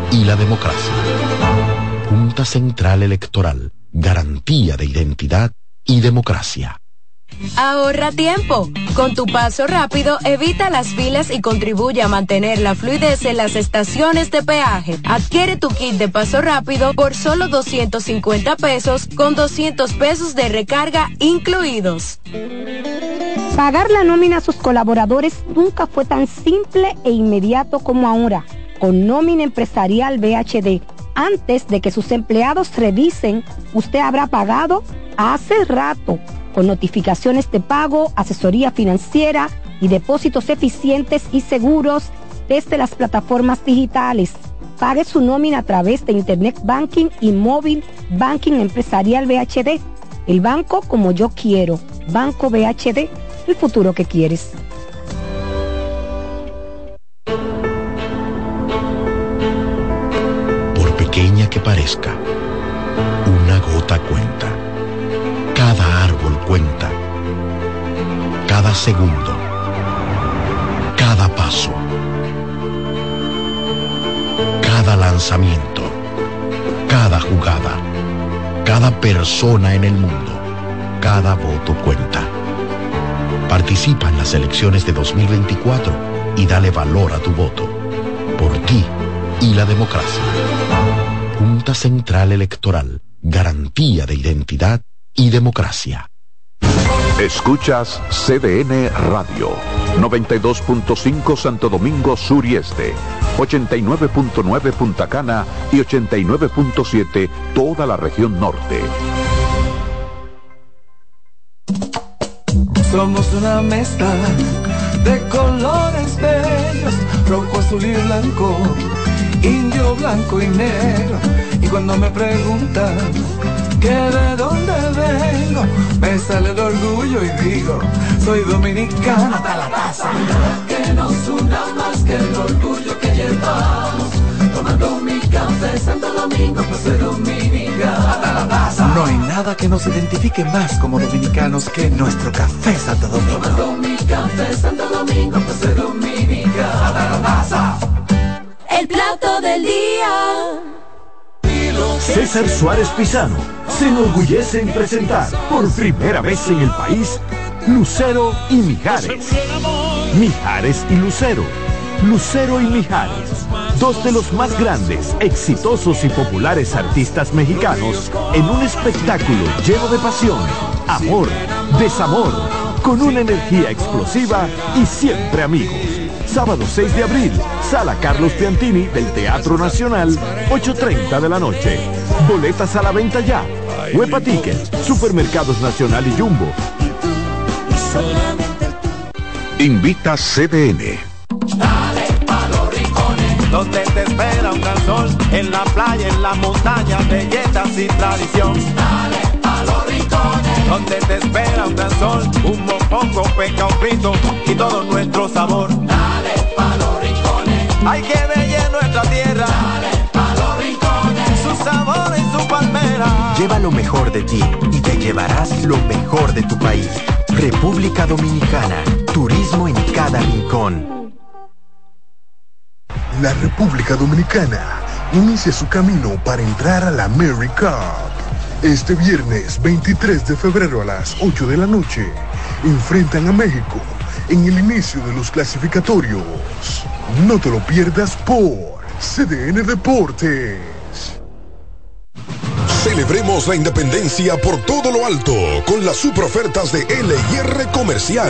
y la democracia. Junta Central Electoral, garantía de identidad y democracia. Ahorra tiempo. Con tu paso rápido, evita las filas y contribuye a mantener la fluidez en las estaciones de peaje. Adquiere tu kit de paso rápido por solo $250 con $200 de recarga incluidos. Pagar la nómina a sus colaboradores nunca fue tan simple e inmediato como ahora. Con Nómina Empresarial BHD, antes de que sus empleados revisen, usted habrá pagado hace rato, con notificaciones de pago, asesoría financiera y depósitos eficientes y seguros desde las plataformas digitales. Pague su nómina a través de Internet Banking y Móvil Banking Empresarial BHD. El banco como yo quiero. Banco BHD, el futuro que quieres. Por pequeña que parezca, una gota cuenta. Cada árbol cuenta. Cada segundo. Cada paso. Cada lanzamiento. Cada jugada. Cada persona en el mundo. Cada voto cuenta. Participa en las elecciones de 2024 y dale valor a tu voto. Por ti y la democracia. Junta Central Electoral, garantía de identidad y democracia. Escuchas CDN Radio, 92.5 Santo Domingo Sur y Este, 89.9 Punta Cana y 89.7 toda la región norte. Somos una mezcla de colores bellos, rojo, azul y blanco, indio, blanco y negro. Y cuando me preguntan que de dónde vengo, me sale el orgullo y digo, soy dominicano hasta la taza. Que nos una más que el orgullo que llevamos, tomando mi café Santo Domingo, pues soy dominicano hasta la taza. No hay nada que nos identifique más como dominicanos que nuestro café Santo Domingo. Tomando mi café Santo Domingo, pues soy dominicano hasta la taza. El plato del día. César Suárez Pisano se enorgullece en presentar por primera vez en el país Lucero y Mijares. Mijares y Lucero. Lucero y Mijares, dos de los más grandes, exitosos y populares artistas mexicanos, en un espectáculo lleno de pasión, amor, desamor, con una energía explosiva y siempre amigos. Sábado 6 de abril, Sala Carlos Piantini del Teatro Nacional, 8:30 de la noche. Boletas a la venta ya. Huepa Tickets, Supermercados Nacional y Jumbo. Invita CDN. Dale pa' los rincones, donde te espera un gran sol, en la playa, en la montaña, belletas y tradición. Dale pa' los rincones, donde te espera un gran sol, un mopongo, peca, un frito y todo nuestro sabor. Dale pa' los rincones, hay que ver nuestra tierra. Dale pa' los rincones, su sabor y su palmera. Lleva lo mejor de ti y te llevarás lo mejor de tu país. República Dominicana, turismo en cada rincón. La República Dominicana inicia su camino para entrar a la AmeriCup. Este viernes 23 de febrero a las 8 de la noche, enfrentan a México en el inicio de los clasificatorios. No te lo pierdas por CDN Deportes. Celebremos la independencia por todo lo alto con las super ofertas de L&R Comercial.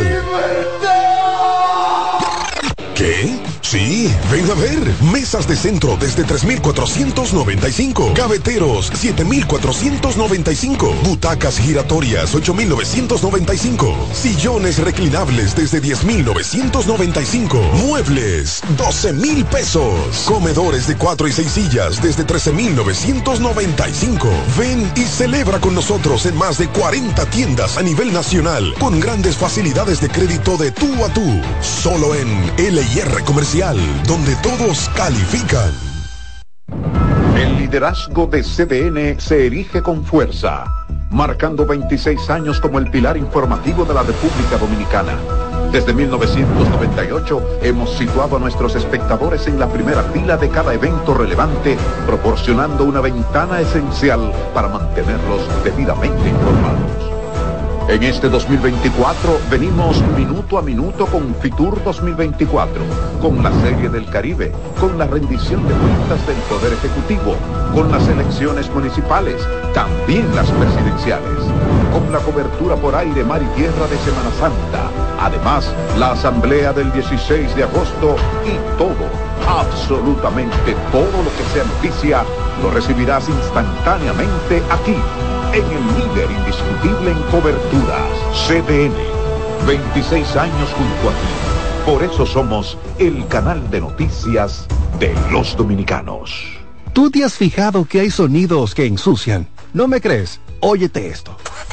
¿Qué? Sí, ven a ver. Mesas de centro desde 3,495. Gaveteros, 7,495. Butacas giratorias, 8,995. Sillones reclinables desde 10,995. Muebles, 12,000 pesos. Comedores de 4 y 6 sillas desde 13,995. Ven y celebra con nosotros en más de 40 tiendas a nivel nacional con grandes facilidades de crédito de tú a tú. Solo en L&R Comercial, donde todos califican. El liderazgo de CDN se erige con fuerza, marcando 26 años como el pilar informativo de la República Dominicana. Desde 1998 hemos situado a nuestros espectadores en la primera fila de cada evento relevante, proporcionando una ventana esencial para mantenerlos debidamente informados. En este 2024 venimos minuto a minuto con Fitur 2024, con la Serie del Caribe, con la rendición de cuentas del Poder Ejecutivo, con las elecciones municipales, también las presidenciales, con la cobertura por aire, mar y tierra de Semana Santa. Además, la asamblea del 16 de agosto y todo, absolutamente todo lo que sea noticia, lo recibirás instantáneamente aquí, en el líder indiscutible en coberturas, CDN. 26 años junto a ti. Por eso somos el canal de noticias de los dominicanos. ¿Tú te has fijado que hay sonidos que ensucian? ¿No me crees? Óyete esto.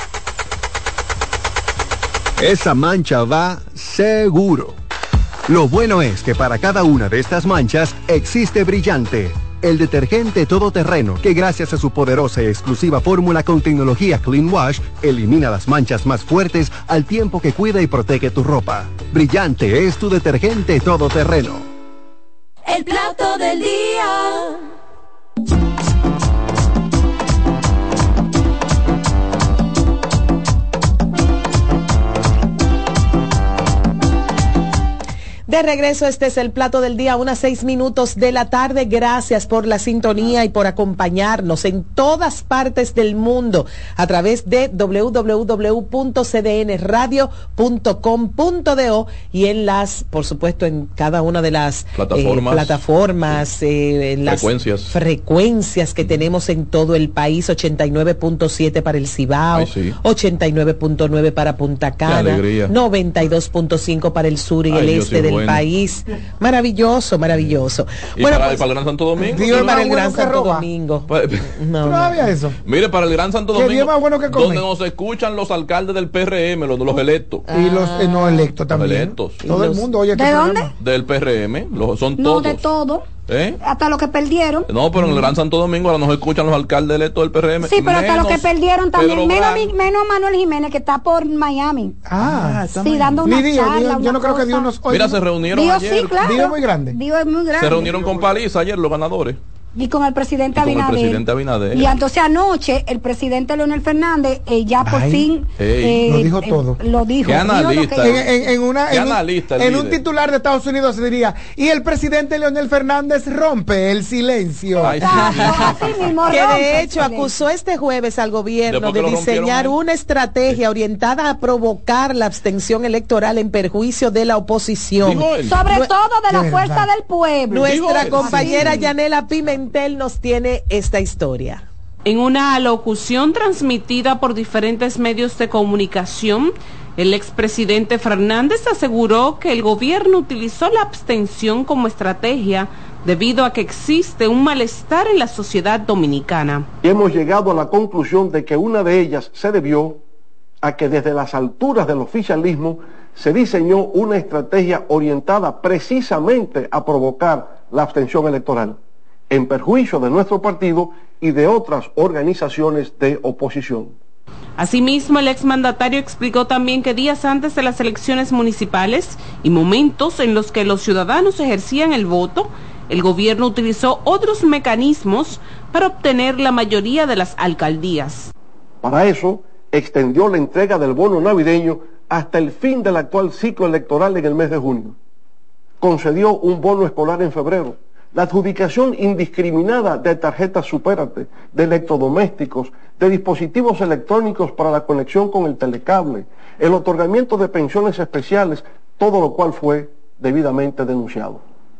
Esa mancha va seguro. Lo bueno es que para cada una de estas manchas existe Brillante, el detergente todoterreno que gracias a su poderosa y exclusiva fórmula con tecnología Clean Wash elimina las manchas más fuertes al tiempo que cuida y protege tu ropa. Brillante es tu detergente todoterreno. El plato del día. De regreso, este es el plato del día, 1:06 de la tarde. Gracias por la sintonía y por acompañarnos en todas partes del mundo a través de www.cdnradio.com.do y en las, por supuesto, en cada una de las plataformas, las frecuencias que tenemos en todo el país, 89.7 para el Cibao, 89.9 para Punta Cana, 92.5 para el sur y el este del país. Maravilloso, maravilloso. ¿Y bueno, para el Gran Santo Domingo? Para el Gran Santo Domingo. No había eso. Mire, para el Gran Santo Domingo, donde nos escuchan los alcaldes del PRM, los electos. Y los no electos también. Los electos. Todo el mundo oye. ¿De dónde? Del PRM, son no, todos. de todo. Hasta los que perdieron. No, pero en el Gran Santo Domingo ahora nos escuchan los alcaldes electos del PRM. Sí, pero hasta los que perdieron también. Menos Manuel Jiménez, que está por Miami. Sí, dando una charla. Yo no creo que Dios nos oiga. Mira, se reunieron ayer. Sí, claro. Dios es muy grande. Dios es muy grande. Se reunieron con Paliza ayer los ganadores. Y con el presidente Abinader. Y entonces anoche el presidente Leonel Fernández ya por fin lo dijo todo. Lo dijo. ¿Qué analista? En un titular de Estados Unidos se diría, y el presidente Leonel Fernández rompe el silencio. Ay, sí. Que de hecho acusó este jueves al gobierno de diseñar una estrategia orientada a provocar la abstención electoral en perjuicio de la oposición. Sobre todo de la fuerza del pueblo. Nuestra compañera Yanela Pimentel nos tiene esta historia. En una alocución transmitida por diferentes medios de comunicación, el expresidente Fernández aseguró que el gobierno utilizó la abstención como estrategia debido a que existe un malestar en la sociedad dominicana. Hemos llegado a la conclusión de que una de ellas se debió a que desde las alturas del oficialismo se diseñó una estrategia orientada precisamente a provocar la abstención electoral, en perjuicio de nuestro partido y de otras organizaciones de oposición. Asimismo, el exmandatario explicó también que días antes de las elecciones municipales y momentos en los que los ciudadanos ejercían el voto, el gobierno utilizó otros mecanismos para obtener la mayoría de las alcaldías. Para eso, extendió la entrega del bono navideño hasta el fin del actual ciclo electoral en el mes de junio. Concedió un bono escolar en febrero, la adjudicación indiscriminada de tarjetas Supérate, de electrodomésticos, de dispositivos electrónicos para la conexión con el telecable, el otorgamiento de pensiones especiales, todo lo cual fue debidamente denunciado.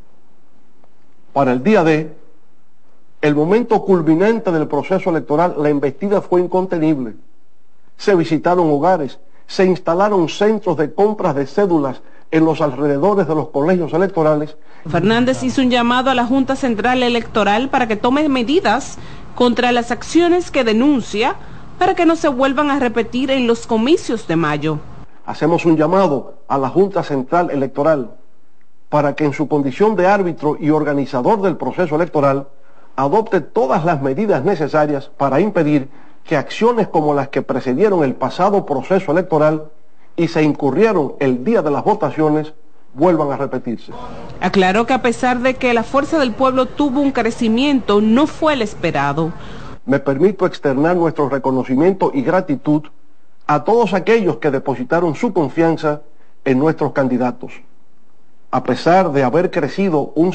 Para el día D, el momento culminante del proceso electoral, la embestida fue incontenible. Se visitaron hogares, se instalaron centros de compras de cédulas en los alrededores de los colegios electorales. Fernández hizo un llamado a la Junta Central Electoral para que tome medidas contra las acciones que denuncia para que no se vuelvan a repetir en los comicios de mayo. Hacemos un llamado a la Junta Central Electoral para que en su condición de árbitro y organizador del proceso electoral adopte todas las medidas necesarias para impedir que acciones como las que precedieron el pasado proceso electoral y se incurrieron el día de las votaciones vuelvan a repetirse. Aclaró que a pesar de que la Fuerza del Pueblo tuvo un crecimiento, no fue el esperado. Me permito externar nuestro reconocimiento y gratitud a todos aquellos que depositaron su confianza en nuestros candidatos. A pesar de haber crecido un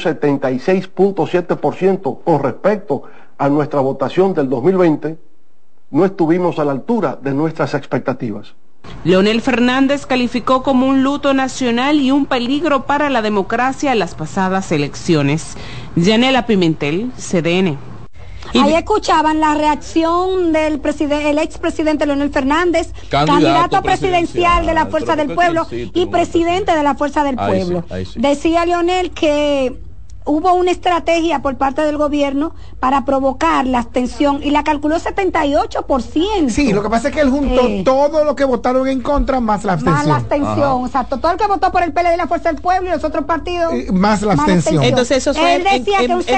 76.7% con respecto a nuestra votación del 2020, no estuvimos a la altura de nuestras expectativas. Leonel Fernández calificó como un luto nacional y un peligro para la democracia en las pasadas elecciones. Yanela Pimentel, CDN. Ahí escuchaban la reacción del el expresidente Leonel Fernández, candidato presidencial de la Fuerza del Pueblo y presidente de la Fuerza del Pueblo. Sí. Decía Leonel que hubo una estrategia por parte del gobierno para provocar la abstención y la calculó 78%. Sí, lo que pasa es que él juntó todo lo que votaron en contra más la abstención. Más la abstención, exacto. Todo el que votó por el PLD y la Fuerza del Pueblo y los otros partidos. Más la abstención. Entonces eso fue él decía que un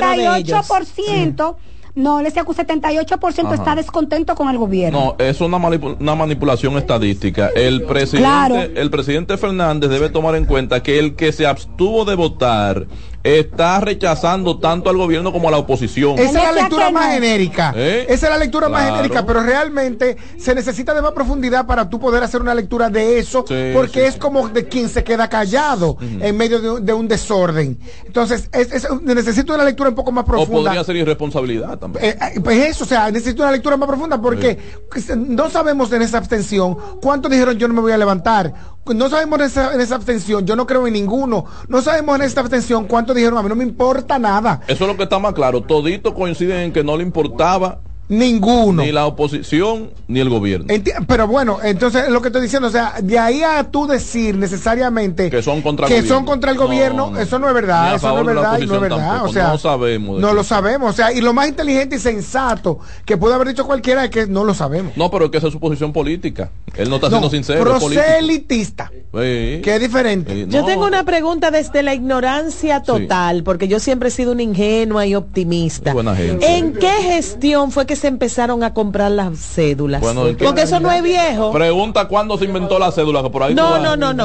78%. No, él decía que un 78% está descontento con el gobierno. No, es una manipulación estadística. El presidente Fernández debe tomar en cuenta que el que se abstuvo de votar está rechazando tanto al gobierno como a la oposición. Esa es la lectura más genérica. Esa es la lectura más genérica, pero realmente se necesita de más profundidad para tú poder hacer una lectura de eso, porque es como de quien se queda callado en medio de un desorden. Entonces, necesito una lectura un poco más profunda. O podría ser irresponsabilidad también. Pues eso, o sea, necesito una lectura más profunda porque no sabemos en esa abstención cuántos dijeron yo no me voy a levantar. No sabemos en esa abstención, yo no creo en ninguno. No sabemos en esta abstención cuántos dijeron a mí no me importa nada. Eso es lo que está más claro. Toditos coinciden en que no le importaba ninguno, ni la oposición ni el gobierno. Pero bueno, entonces lo que estoy diciendo, o sea, de ahí a tú decir necesariamente que son contra el gobierno, eso no es verdad, eso no es verdad y no es verdad, tampoco. O sea, no sabemos. No lo sabemos, o sea, y lo más inteligente y sensato que pudo haber dicho cualquiera es que no lo sabemos. No, pero es que esa es su posición política. Él no está siendo sincero. Proselitista. Que es diferente. Yo tengo una pregunta desde la ignorancia total, porque yo siempre he sido una ingenua y optimista. Buena gente. ¿En qué gestión fue que se empezaron a comprar las cédulas? Bueno, porque eso no es viejo. Pregunta cuándo se inventó la cédula, que por ahí no.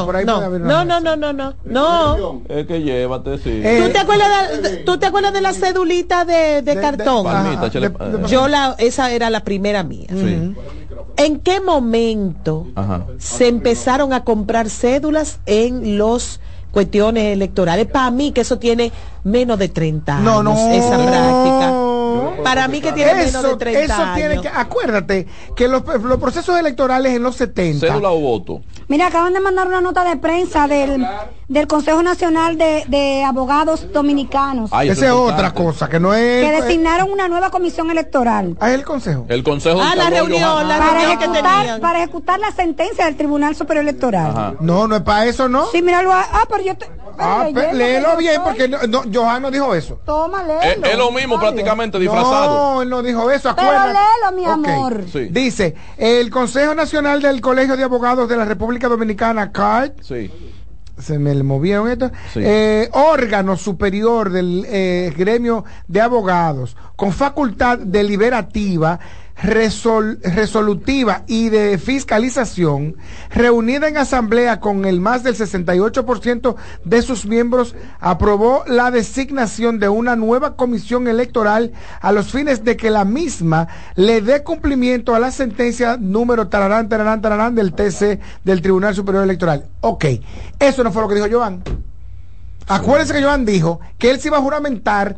Es que llévate, sí. ¿Tú te acuerdas de la cédulita de cartón? Palmita, esa era la primera mía. Sí. ¿En qué momento se empezaron a comprar cédulas en los cuestiones electorales? Para mí que eso tiene menos de 30 años, esa práctica. Para mí que tiene menos de 30 años. Acuérdate que los procesos electorales en los 70. ¿Cédula o voto? Mira, acaban de mandar una nota de prensa del Consejo Nacional de Abogados Dominicanos. Esa es otra cosa, que no es... Que designaron una nueva comisión electoral. Es el Consejo. El Consejo. La reunión que tenían. Para ejecutar la sentencia del Tribunal Superior Electoral. Ajá. No es para eso, ¿no? Sí, míralo. Pero yo te... léelo bien, porque Johan no dijo eso. Toma, léelo. Es lo mismo prácticamente disfrazado. No, él no dijo eso, acuérdate. Pero léelo, mi amor. Sí. Dice, el Consejo Nacional del Colegio de Abogados de la República Dominicana, CARD, se me movieron esto, órgano superior del gremio de abogados, con facultad deliberativa, resolutiva y de fiscalización, reunida en asamblea con el más del 68% de sus miembros, aprobó la designación de una nueva comisión electoral a los fines de que la misma le dé cumplimiento a la sentencia número tararán del TC del Tribunal Superior Electoral. Ok, eso no fue lo que dijo Joan. Acuérdense que Joan dijo que él se iba a juramentar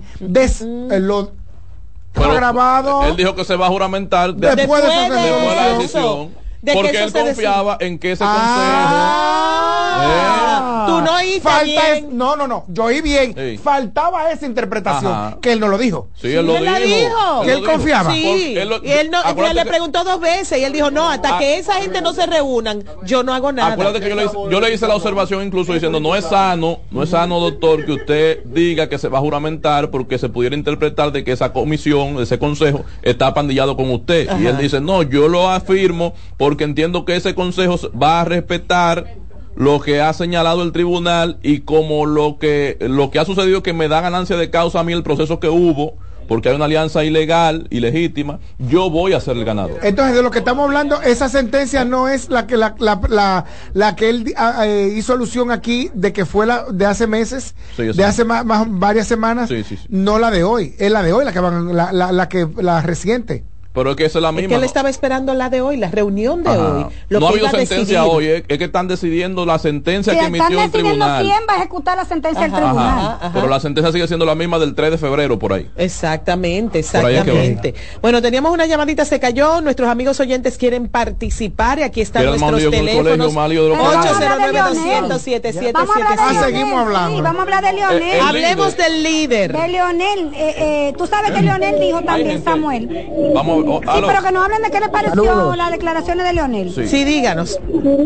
grabado. Él dijo que se va a juramentar después de la decisión, porque él confiaba en que ese tú no oíste bien. No, yo oí bien. Faltaba esa interpretación, que él no lo dijo. Sí, él lo dijo. Que él confiaba. Sí. Y él le preguntó 2 veces y él dijo, no, hasta que esa gente no se reúnan, yo no hago nada. Acuérdate que yo le hice la observación incluso diciendo, no es sano, doctor, que usted diga que se va a juramentar, porque se pudiera interpretar de que esa comisión, ese consejo, está pandillado con usted. Y él dice, no, yo lo afirmo porque entiendo que ese consejo va a respetar lo que ha señalado el tribunal y como lo que ha sucedido, que me da ganancia de causa a mí el proceso que hubo porque hay una alianza ilegal, ilegítima, yo voy a ser el ganador. Entonces, de lo que estamos hablando, esa sentencia no es la que él hizo alusión aquí, de que fue la de hace meses, de hace varias semanas, no la de hoy, es la de hoy la reciente. Pero es que esa es la misma. Es que él estaba esperando la de hoy, la reunión de hoy. No ha habido sentencia hoy, es que están decidiendo la sentencia que emitió el tribunal. ¿Quién va a ejecutar la sentencia del tribunal? Pero la sentencia sigue siendo la misma del 3 de febrero, por ahí. Exactamente. Bueno, teníamos una llamadita, se cayó. Nuestros amigos oyentes quieren participar y aquí están nuestros teléfonos. 809-207-7777. Seguimos hablando. Sí, vamos a hablar de Leonel. Hablemos del líder. De Leonel. Tú sabes que Leonel dijo también, Samuel. Vamos. Sí, pero que nos hablen de qué le pareció las declaraciones de Leonel. Sí, díganos.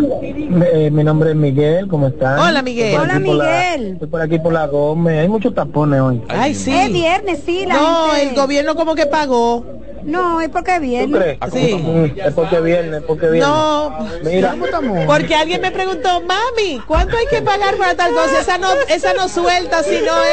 Mi nombre es Miguel, ¿cómo están? Hola, Miguel. Hola, Miguel. Estoy por aquí por la Gómez, hay muchos tapones hoy. Ay, sí. Es viernes, sí. El gobierno como que pagó. No, es porque es viernes. ¿Tú crees? Sí. Es porque viernes, No, mira, porque alguien me preguntó, mami, ¿cuánto hay que pagar para tal cosa? Esa no suelta, si no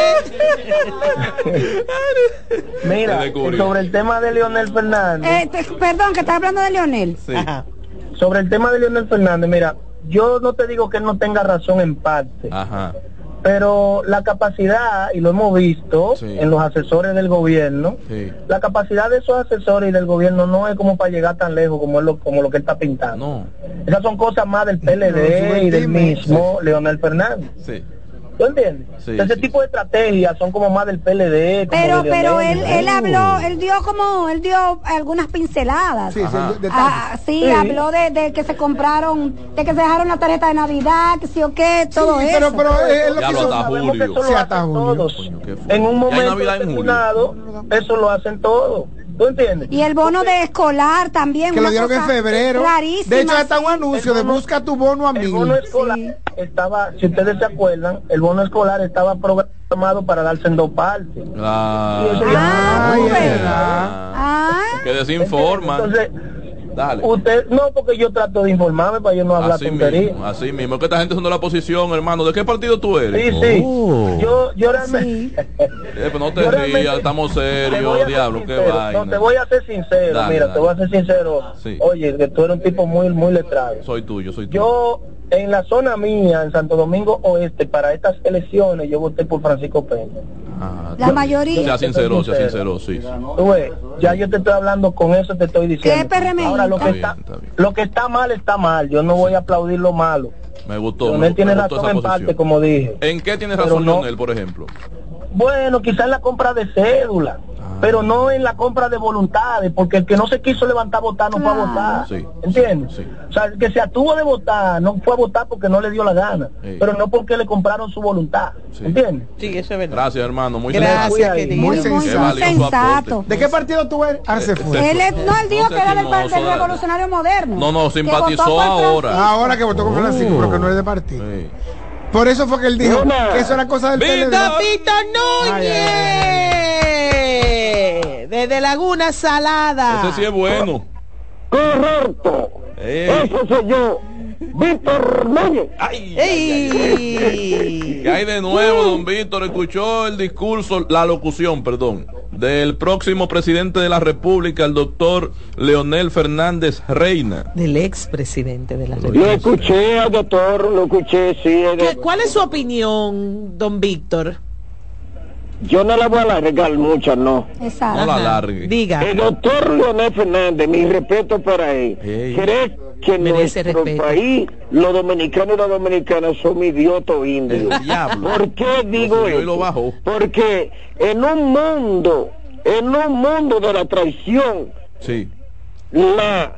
es. Mira, sobre el tema de Leonel Fernández. Perdón, que estás hablando de Leonel. Sí. Ajá. Sobre el tema de Leonel Fernández, mira, yo no te digo que él no tenga razón en parte. Ajá. Pero la capacidad, y lo hemos visto en los asesores del gobierno, la capacidad de esos asesores y del gobierno no es como para llegar tan lejos como lo que él está pintando. No. Esas son cosas más del PLD y del mismo Leonel Fernández. Sí. ¿Tú entiendes? Sí, ese tipo de estrategias son como más del PLD. Pero él habló, él dio algunas pinceladas. Sí, habló de que se compraron, de que se dejaron la tarjeta de Navidad, que sí o qué, todo eso. Pero es lo que sabemos que eso lo hacen todos. En un momento determinado, eso lo hacen todos. ¿Tú entiendes? Y el bono de escolar también. Que lo dieron en febrero. Rarísima, de hecho, está un anuncio de busca tu bono a 1000. El bono escolar estaba, si ustedes se acuerdan, el bono escolar estaba programado para darse en 2 partes. Que desinforman. Entonces, dale. Usted, no, porque yo trato de informarme para yo no hablar tonterías. Así mismo, es que esta gente son de la oposición, hermano. ¿De qué partido tú eres? Sí. Yo realmente... Pues no te rías, estamos serios, diablo, qué vaina. No, te voy a ser sincero, te voy a ser sincero. Sí. Oye, que tú eres un tipo muy, muy letrado. Soy tuyo. Yo, en la zona mía, en Santo Domingo Oeste, para estas elecciones, yo voté por Francisco Peña. La mayoría. Sea sincero, sí. Tú ves, ya yo te estoy hablando, con eso te estoy diciendo. Ahora, lo que está mal, yo no voy a aplaudir lo malo. Me gustó. Leonel tiene razón en parte, como dije. ¿En qué tiene razón Leonel, por ejemplo? Bueno, quizás en la compra de cédula, pero no en la compra de voluntades, porque el que no se quiso levantar a votar no fue a votar. ¿Entiendes? O sea, el que se atuvo de votar no fue a votar porque no le dio la gana, pero no porque le compraron su voluntad. ¿Entiendes? Sí, eso es verdad. Gracias, hermano. Muy sensato. ¿De qué partido tú eres? Se fue. Él dijo que era del Partido Revolucionario Moderno. No, simpatizó ahora. Ahora que votó con Francisco, pero que no es de partido. Por eso fue que él dijo que eso era cosa del PLD. ¡Vito Núñez! Desde Laguna Salada. Ese sí es bueno. Correcto. Eso soy yo. Víctor Núñez. ¿Qué hay de nuevo, don Víctor? Escuchó el discurso, la locución, del próximo presidente de la República, el doctor Leonel Fernández Reina. Del expresidente de la República. Lo escuché al doctor, sí. ¿Cuál es su opinión, don Víctor? Yo no la voy a alargar mucho, no. Exacto. No la alargue. Diga. El doctor Leonel Fernández, mi respeto para él. ¿Cree que en nuestro país los dominicanos y las dominicanas son idiotas o indios? ¿Por qué digo eso? Porque en un mundo de la traición, la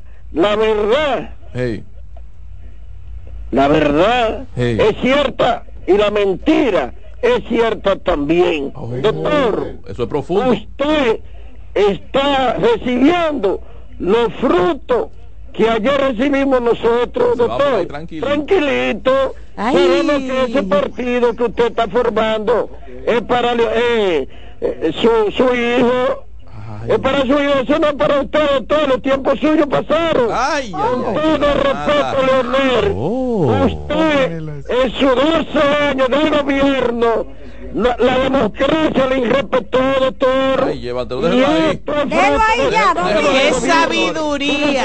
verdad es cierta y la mentira es cierta también. Doctor, eso es profundo. Usted está recibiendo los frutos que ayer recibimos nosotros, doctor. Tranquilito. Sabemos que ese partido que usted está formando es para su hijo. Es para su hijo, eso no es para usted. Todos los tiempos suyos pasaron. Con todo respeto, Leonel. Usted en sus 12 años de gobierno la democracia le irrespetó, doctor. Ay, llévatelo, déjalo ahí. Déjalo ahí ya, ¡Qué sabiduría!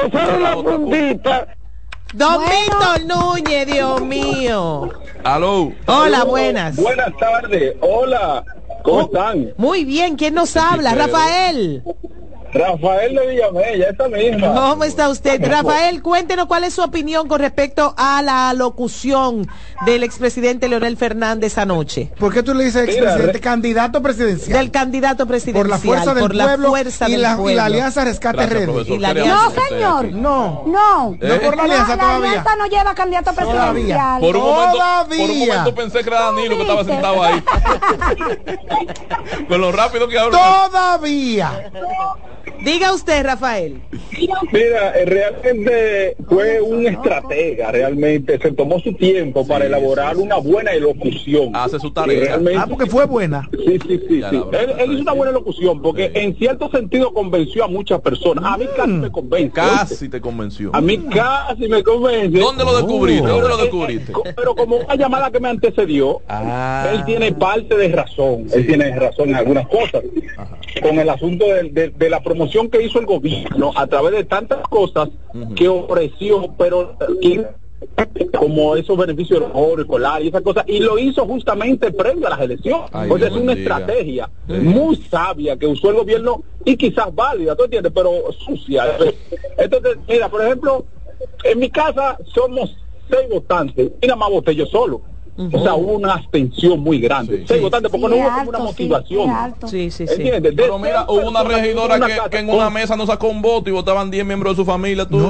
Don Víctor Núñez, Dios mío. Aló. Hola, buenas. Buenas tardes. Hola. ¿Cómo están? Muy bien. ¿Quién nos habla? Rafael. Rafael de Villamella, esa misma. ¿Cómo está usted? Rafael, cuéntenos cuál es su opinión con respecto a la locución del expresidente Leonel Fernández anoche. ¿Por qué tú le dices expresidente? Candidato presidencial. Del candidato presidencial. Por la fuerza del pueblo y la Alianza Rescate Redes. No, señor. No. No. No por la alianza todavía. La alianza no lleva candidato presidencial. Por un momento pensé que era Danilo que estaba sentado ahí. Con lo rápido que habla. Todavía. Diga usted, Rafael. Mira, realmente fue un estratega, realmente se tomó su tiempo para elaborar una buena elocución. Hace su tarea. Porque fue buena. Sí. Él hizo una buena elocución porque en cierto sentido convenció a muchas personas. A mí casi me convence. Casi te convenció. A mí casi me convence. ¿Dónde lo descubriste? ¿Dónde lo descubriste? Pero como una llamada que me antecedió, él tiene parte de razón. Él tiene razón en algunas cosas. Ajá. Con el asunto de la promoción que hizo el gobierno a través de tantas cosas que ofreció, pero como esos beneficios de oro escolar y esas cosas, y lo hizo justamente previo a las elecciones. Pues es una estrategia muy sabia que usó el gobierno y quizás válida, ¿tú entiendes? Pero sucia. Entonces, mira, por ejemplo, en mi casa somos 6 votantes y nada más voté yo solo. O sea, hubo una abstención muy grande. Votante, porque no hubo como una motivación. Sí. ¿Entiendes? Pero mira, hubo una regidora que en una mesa no sacó un voto y votaban 10 miembros de su familia. Tú,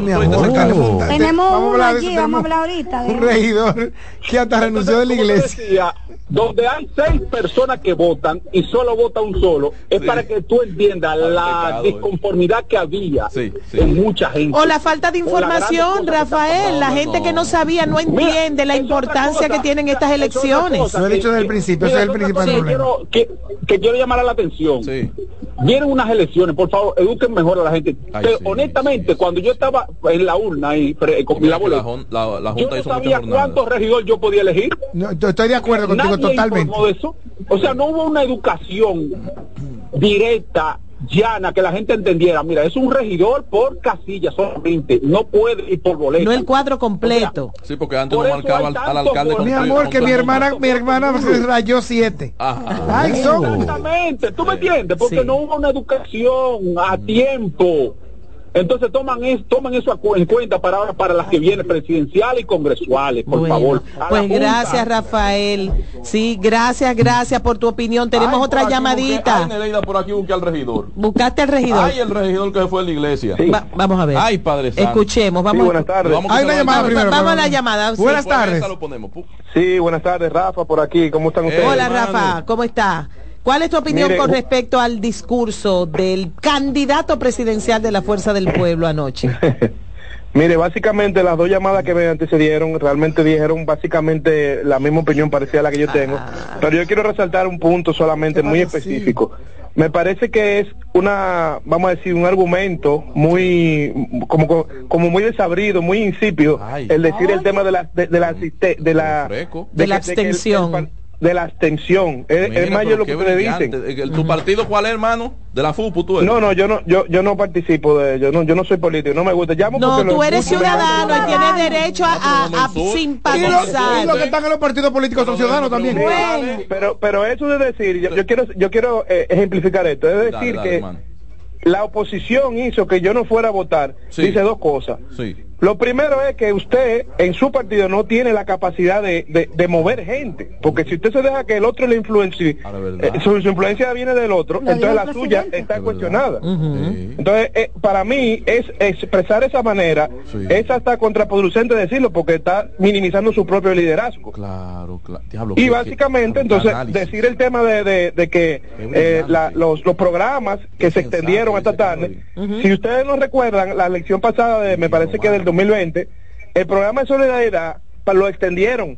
tenemos uno allí, vamos a hablar ahorita. Un regidor que hasta renunció de la iglesia. Donde hay 6 personas que votan y solo vota un solo, es para que tú entiendas la disconformidad que había en mucha gente. O la falta de información, Rafael. La gente que no sabía, no entiende la importancia que tienen estas elecciones. Lo he dicho desde el principio, ese es el principal problema. Que quiero llamar a la atención. Vienen unas elecciones, por favor, eduquen mejor a la gente. Honestamente, cuando yo estaba en la urna y con la boleta, yo no sabía cuántos regidores yo podía elegir. No, estoy de acuerdo contigo totalmente. De eso. O sea, no hubo una educación directa, llana, que la gente entendiera. Mira, es un regidor por casilla solamente, no puede ir por boleta. No el cuadro completo. O sea, sí, porque antes no marcaba al alcalde. Mi amor, que mi hermana se rayó 7. Exactamente, ¿tú me entiendes? Porque no hubo una educación a tiempo. Entonces toman eso en cuenta para las que vienen presidenciales y congresuales, por favor. Pues gracias, Rafael. Sí, gracias por tu opinión. Tenemos otra llamadita. Por aquí busqué al regidor. ¿Buscaste al regidor? Ay, el regidor que fue a la iglesia. Sí. Vamos a ver. Ay, Padre Santo. Escuchemos, vamos. Buenas tardes. Vamos a la llamada. Buenas tardes. Sí, buenas tardes, Rafa, por aquí. ¿Cómo están ustedes? Hola, Rafa, ¿cómo está? ¿Cuál es tu opinión con respecto al discurso del candidato presidencial de la Fuerza del Pueblo anoche? Mire, básicamente las 2 llamadas que me antecedieron realmente dijeron básicamente la misma opinión parecida a la que yo tengo, pero yo quiero resaltar un punto solamente muy específico. Me parece que es vamos a decir, un argumento muy, como muy desabrido, muy insípido, el decir el tema de la abstención. De la abstención. Es mayor lo que ustedes dicen. ¿Tu partido cuál es, hermano? ¿De la FUPU tú eres? No, yo no participo de ello. Yo no soy político, no me gusta. Tú eres ciudadano y tienes derecho a simpatizar. Y los que están en los partidos políticos son ciudadanos también. Pero eso de decir, yo quiero ejemplificar esto. Es decir que la oposición hizo que yo no fuera a votar. Dice 2 cosas. Lo primero es que usted en su partido no tiene la capacidad de mover gente, porque si usted se deja que el otro le influencie, su influencia viene del otro, entonces la suya está cuestionada. Entonces, para mí, es expresar esa manera, es hasta contraproducente decirlo, porque está minimizando su propio liderazgo. Diablo, y básicamente, entonces, decir el tema de que los programas que se extendieron esta tarde, si ustedes no recuerdan, la elección pasada, me parece que del 2020, el programa de solidaridad lo extendieron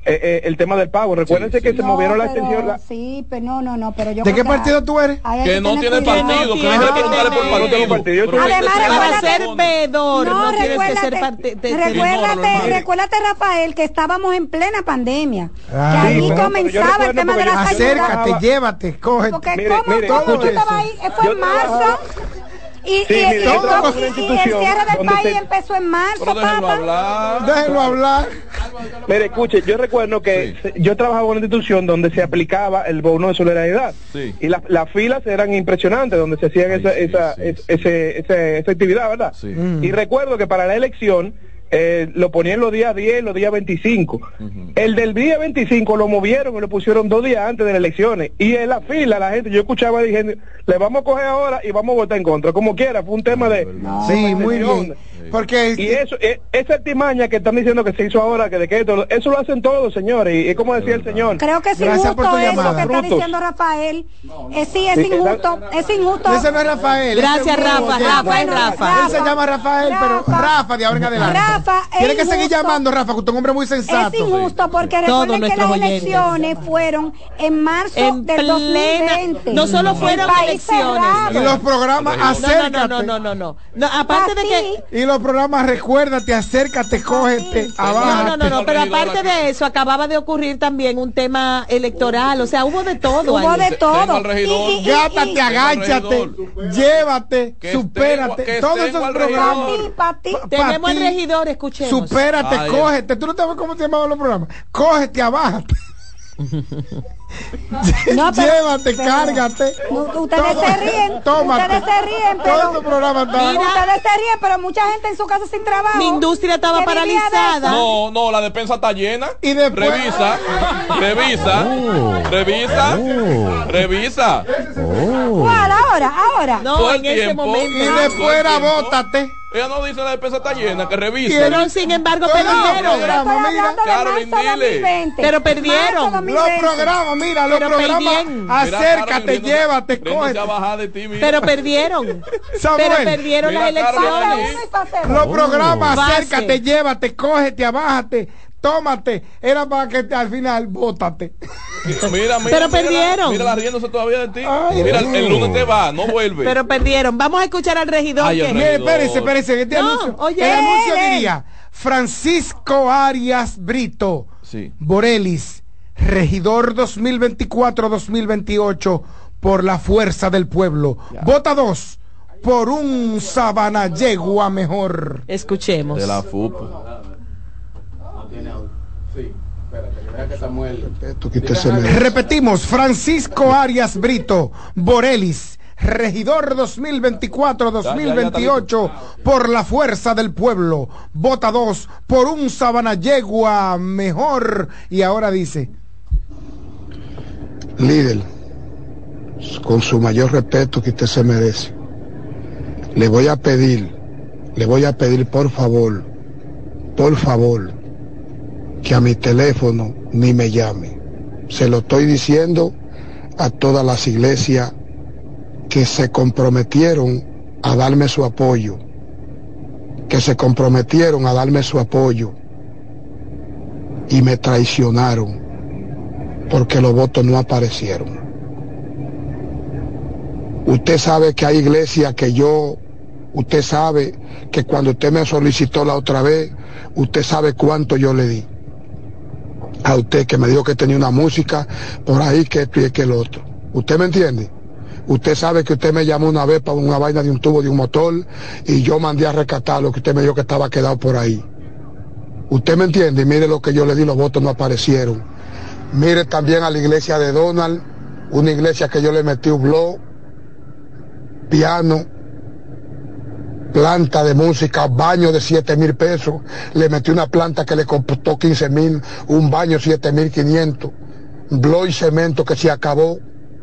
el tema del pago. Recuérdense que se movieron la extensión. Sí, pero no, pero yo... ¿De qué partido tú eres? Que no tiene partido, que no preguntarle por partido. Para ser veedor no tienes que ser recuérdate, Rafael, que estábamos en plena pandemia. Que ahí comenzaba el tema de las ayudas. Acércate, llévate, cógete. Porque ¿cómo tú estabas ahí? Fue en marzo. Y el cierre del país empezó en marzo, Déjenlo hablar. Mire, escuche, yo recuerdo que yo trabajaba en una institución donde se aplicaba el bono de solidaridad. Y las filas eran impresionantes, donde se hacían esa actividad, ¿verdad? Y recuerdo que para la elección lo ponían los días 10, los días 25. El del día 25 lo movieron y lo pusieron 2 días antes de las elecciones. Y en la fila la gente, yo escuchaba diciendo, le vamos a coger ahora y vamos a votar en contra. Como quiera, fue un tema de... Sí, muy bien. Porque y eso, esa artimaña que están diciendo que se hizo ahora, que de que eso lo hacen todos, señores, y es como decía el señor. Creo que es injusto eso que está diciendo Rafael. Sí, es injusto. Ese no es Rafael. Gracias, Rafa. Él se llama Rafael, pero Rafa de ahora en adelante. Tiene que seguir llamando, Rafa, que usted es un hombre muy sensato. Es injusto porque recuerden que las elecciones fueron en marzo del 2020. No solo fueron elecciones. Y los programas, acércate. No, aparte de que... Y los programas, recuérdate, acércate, cógete, abajo. No, pero aparte de eso, acababa de ocurrir también un tema electoral, o sea, hubo de todo. Hubo de todo. Gátate, agáchate, llévate, supérate, todos esos programas. Tenemos el regidor, escuchemos. Supérate, cógete. ¿Tú no sabes cómo se llamaban los programas? Cógete, abájate. Llévate, cárgate. Ustedes se ríen, pero mucha gente en su casa sin trabajo. Mi industria estaba paralizada. No, la despensa está llena. Y después... Revisa. ¿Cuál? Ahora. No, en ese momento. Y después era bótate. Ella no dice la despensa está llena, que revisa. Pero sin embargo perdieron. Pero perdieron. Los programas, acércate, llévate, cógete. Pero perdieron. Pero perdieron las elecciones. Los programas, acércate, llévate, cógete, abájate, tómate, era para que al final bótate. Mira, pero perdieron. Mira, riéndose todavía de ti. Mira, el lunes te va, no vuelve. Pero perdieron. Vamos a escuchar al regidor. Espérese. Este anuncio diría Francisco Arias Brito, Borelis, regidor 2024-2028 por la fuerza del pueblo. Vota 2 por un Sabanayegua mejor. Escuchemos. De la FUP. Repetimos, Francisco Arias Brito, Borelis, regidor 2024-2028 por la fuerza del pueblo. Vota 2 por un Sabanayegua mejor. Y ahora dice: líder, con su mayor respeto que usted se merece, le voy a pedir por favor, que a mi teléfono ni me llame. Se lo estoy diciendo a todas las iglesias que se comprometieron a darme su apoyo, y me traicionaron porque los votos no aparecieron. Usted sabe que hay iglesias usted sabe que cuando usted me solicitó la otra vez, usted sabe cuánto yo le di a usted, que me dijo que tenía una música por ahí, que esto y que el otro. ¿Usted me entiende? Usted sabe que usted me llamó una vez para una vaina de un tubo de un motor y yo mandé a rescatar lo que usted me dijo que estaba quedado por ahí. ¿Usted me entiende? Y mire lo que yo le di, los votos no aparecieron. Mire también a la iglesia de Donald, una iglesia que yo le metí un blog, piano, planta de música, baño de 7,000 pesos, le metí una planta que le costó 15,000, un baño 7,500, blog y cemento que se acabó.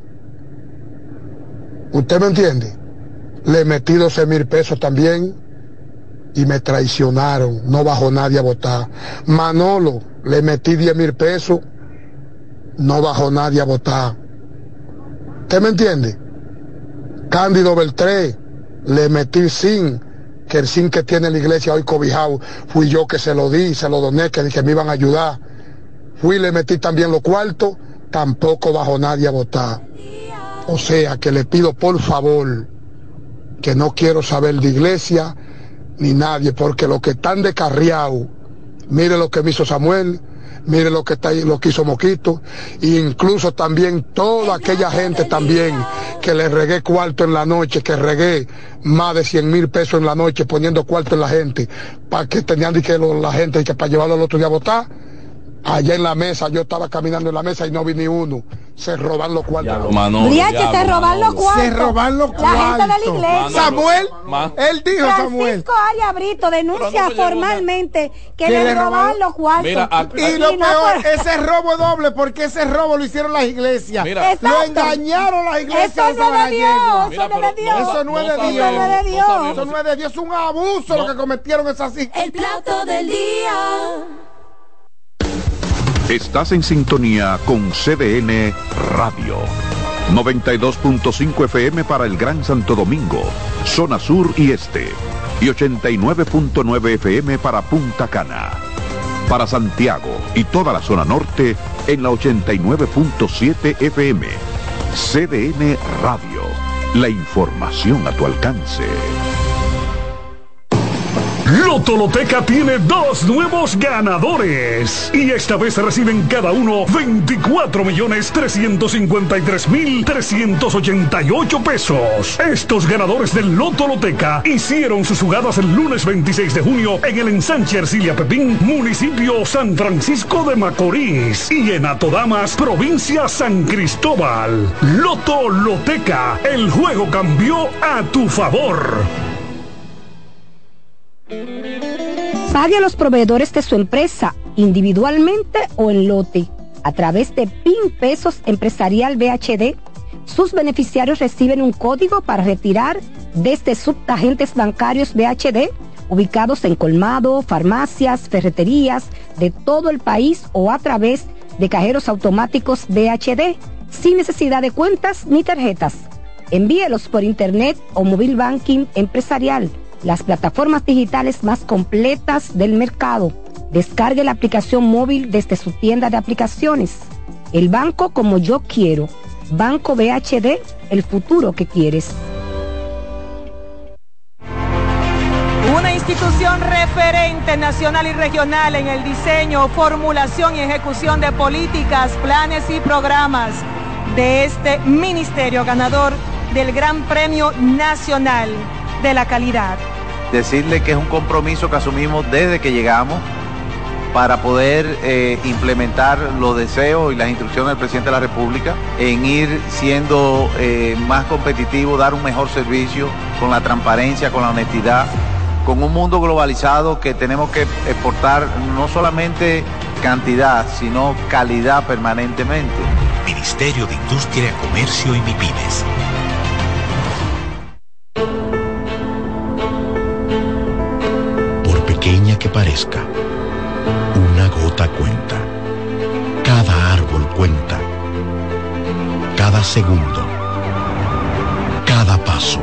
¿Usted me entiende? Le metí 12,000 pesos también y me traicionaron, no bajó nadie a votar. Manolo, le metí 10,000 pesos, no bajó nadie a votar. ¿Usted me entiende? Cándido Beltré, le metí el zinc que tiene la iglesia hoy cobijado, fui yo que se lo di, se lo doné, que dije me iban a ayudar. fui y le metí también los cuartos, tampoco bajó nadie a votar. O sea que le pido por favor que no quiero saber de iglesia ni nadie, porque los que están descarriados, mire lo que me hizo Samuel, mire lo que hizo Moquito, e incluso también toda aquella gente también que le regué cuarto en la noche, que regué más de 100,000 pesos en la noche poniendo cuarto en la gente, para que tenían la gente que para llevarlo al otro día a votar. Allá en la mesa, yo estaba caminando en la mesa y no vi ni uno. Se roban los cuartos. Se roban los cuartos. Se roban los cuartos. La gente de la iglesia. Samuel, él dijo, Francisco Arias Brito denuncia formalmente que le roban los cuartos. Mira, y lo peor, ese robo doble, porque ese robo lo hicieron las iglesias. Mira, lo engañaron las iglesias. Eso no es de Dios. Eso no es de Dios. Eso no es de Dios. Eso no es de Dios. Es un abuso lo que cometieron esas hijas. El plato del día. Estás en sintonía con CDN Radio. 92.5 FM para el Gran Santo Domingo, zona sur y este. Y 89.9 FM para Punta Cana. Para Santiago y toda la zona norte en la 89.7 FM. CDN Radio. La información a tu alcance. Lotoloteca tiene 2 nuevos ganadores y esta vez reciben cada uno 24.353.388 pesos. Estos ganadores del Lotoloteca hicieron sus jugadas el lunes 26 de junio en el ensanche Ercilia Pepín, municipio San Francisco de Macorís, y en Atodamas, provincia San Cristóbal. Lotoloteca, el juego cambió a tu favor. Pague a los proveedores de su empresa, individualmente o en lote, a través de PIN Pesos Empresarial BHD. Sus beneficiarios reciben un código para retirar desde subagentes bancarios BHD, ubicados en colmado, farmacias, ferreterías de todo el país, o a través de cajeros automáticos BHD, sin necesidad de cuentas ni tarjetas. Envíelos por internet o móvil banking empresarial, las plataformas digitales más completas del mercado. Descargue la aplicación móvil desde su tienda de aplicaciones. El banco como yo quiero. Banco BHD, el futuro que quieres. Una institución referente nacional y regional en el diseño, formulación y ejecución de políticas, planes y programas de este ministerio, ganador del Gran Premio Nacional de la Calidad. Decirle que es un compromiso que asumimos desde que llegamos para poder implementar los deseos y las instrucciones del presidente de la República en ir siendo más competitivo, dar un mejor servicio con la transparencia, con la honestidad, con un mundo globalizado que tenemos que exportar no solamente cantidad, sino calidad permanentemente. Ministerio de Industria, Comercio y MIPYMES. Pequeña que parezca, una gota cuenta. Cada árbol cuenta. Cada segundo. Cada paso.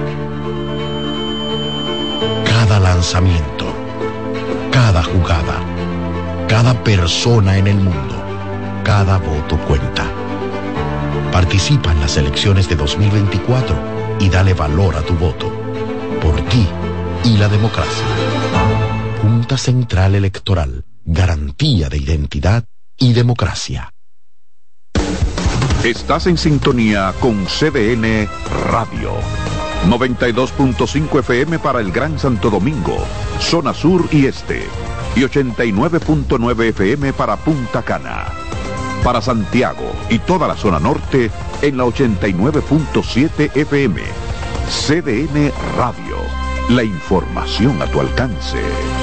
Cada lanzamiento. Cada jugada. Cada persona en el mundo. Cada voto cuenta. Participa en las elecciones de 2024 y dale valor a tu voto. Por ti y la democracia. Junta Central Electoral, garantía de identidad y democracia. Estás en sintonía con CDN Radio. 92.5 FM para el Gran Santo Domingo, zona sur y este. Y 89.9 FM para Punta Cana. Para Santiago y toda la zona norte en la 89.7 FM. CDN Radio. La información a tu alcance.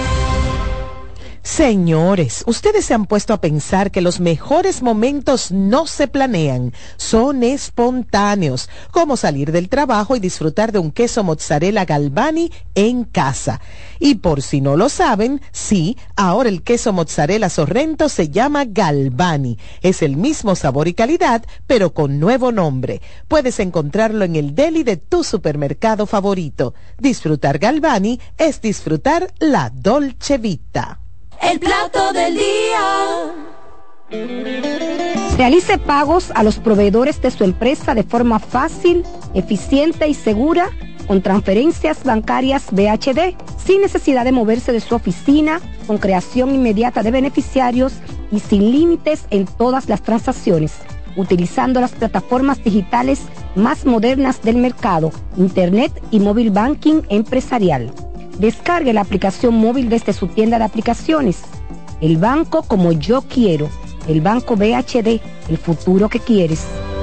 Señores, ustedes se han puesto a pensar que los mejores momentos no se planean, son espontáneos, como salir del trabajo y disfrutar de un queso mozzarella Galvani en casa. Y por si no lo saben, sí, ahora el queso mozzarella Sorrento se llama Galvani. Es el mismo sabor y calidad, pero con nuevo nombre. Puedes encontrarlo en el deli de tu supermercado favorito. Disfrutar Galvani es disfrutar la Dolce Vita. El plato del día. Realice pagos a los proveedores de su empresa de forma fácil, eficiente y segura con transferencias bancarias BHD, sin necesidad de moverse de su oficina, con creación inmediata de beneficiarios y sin límites en todas las transacciones, utilizando las plataformas digitales más modernas del mercado, Internet y Móvil Banking empresarial. Descargue la aplicación móvil desde su tienda de aplicaciones. El banco como yo quiero. El Banco BHD, el futuro que quieres.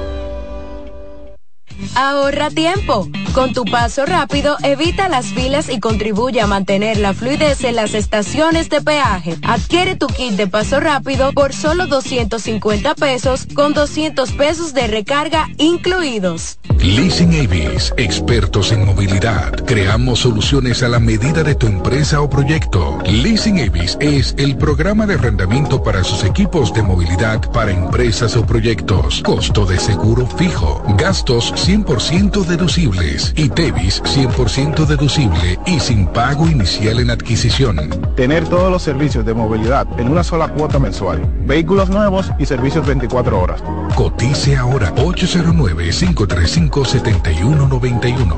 Ahorra tiempo. Con tu paso rápido, evita las filas y contribuye a mantener la fluidez en las estaciones de peaje. Adquiere tu kit de paso rápido por solo $250 con $200 de recarga incluidos. Leasing Avis, expertos en movilidad. Creamos soluciones a la medida de tu empresa o proyecto. Leasing Avis es el programa de arrendamiento para sus equipos de movilidad para empresas o proyectos. Costo de seguro fijo. Gastos 100% deducibles. Y Tevis 100% deducible y sin pago inicial en adquisición. Tener todos los servicios de movilidad en una sola cuota mensual. Vehículos nuevos y servicios 24 horas. Cotice ahora 809-535-7191.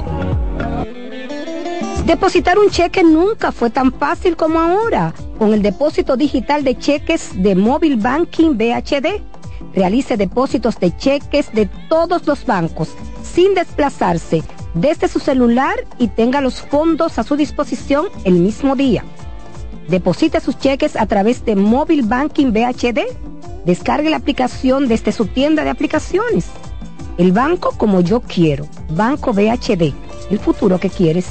Depositar un cheque nunca fue tan fácil como ahora con el depósito digital de cheques de Móvil Banking BHD. Realice depósitos de cheques de todos los bancos sin desplazarse desde su celular y tenga los fondos a su disposición el mismo día. Deposite sus cheques a través de Móvil Banking BHD. Descargue la aplicación desde su tienda de aplicaciones. El banco como yo quiero. Banco BHD, el futuro que quieres.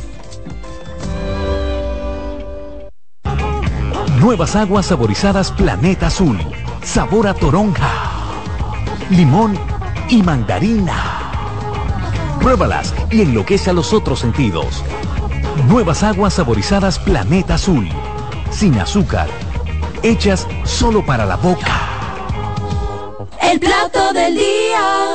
Nuevas aguas saborizadas Planeta Azul. Sabor a toronja, limón y mandarina. Pruébalas y enloquece a los otros sentidos. Nuevas aguas saborizadas Planeta Azul. Sin azúcar. Hechas solo para la boca. El plato del día.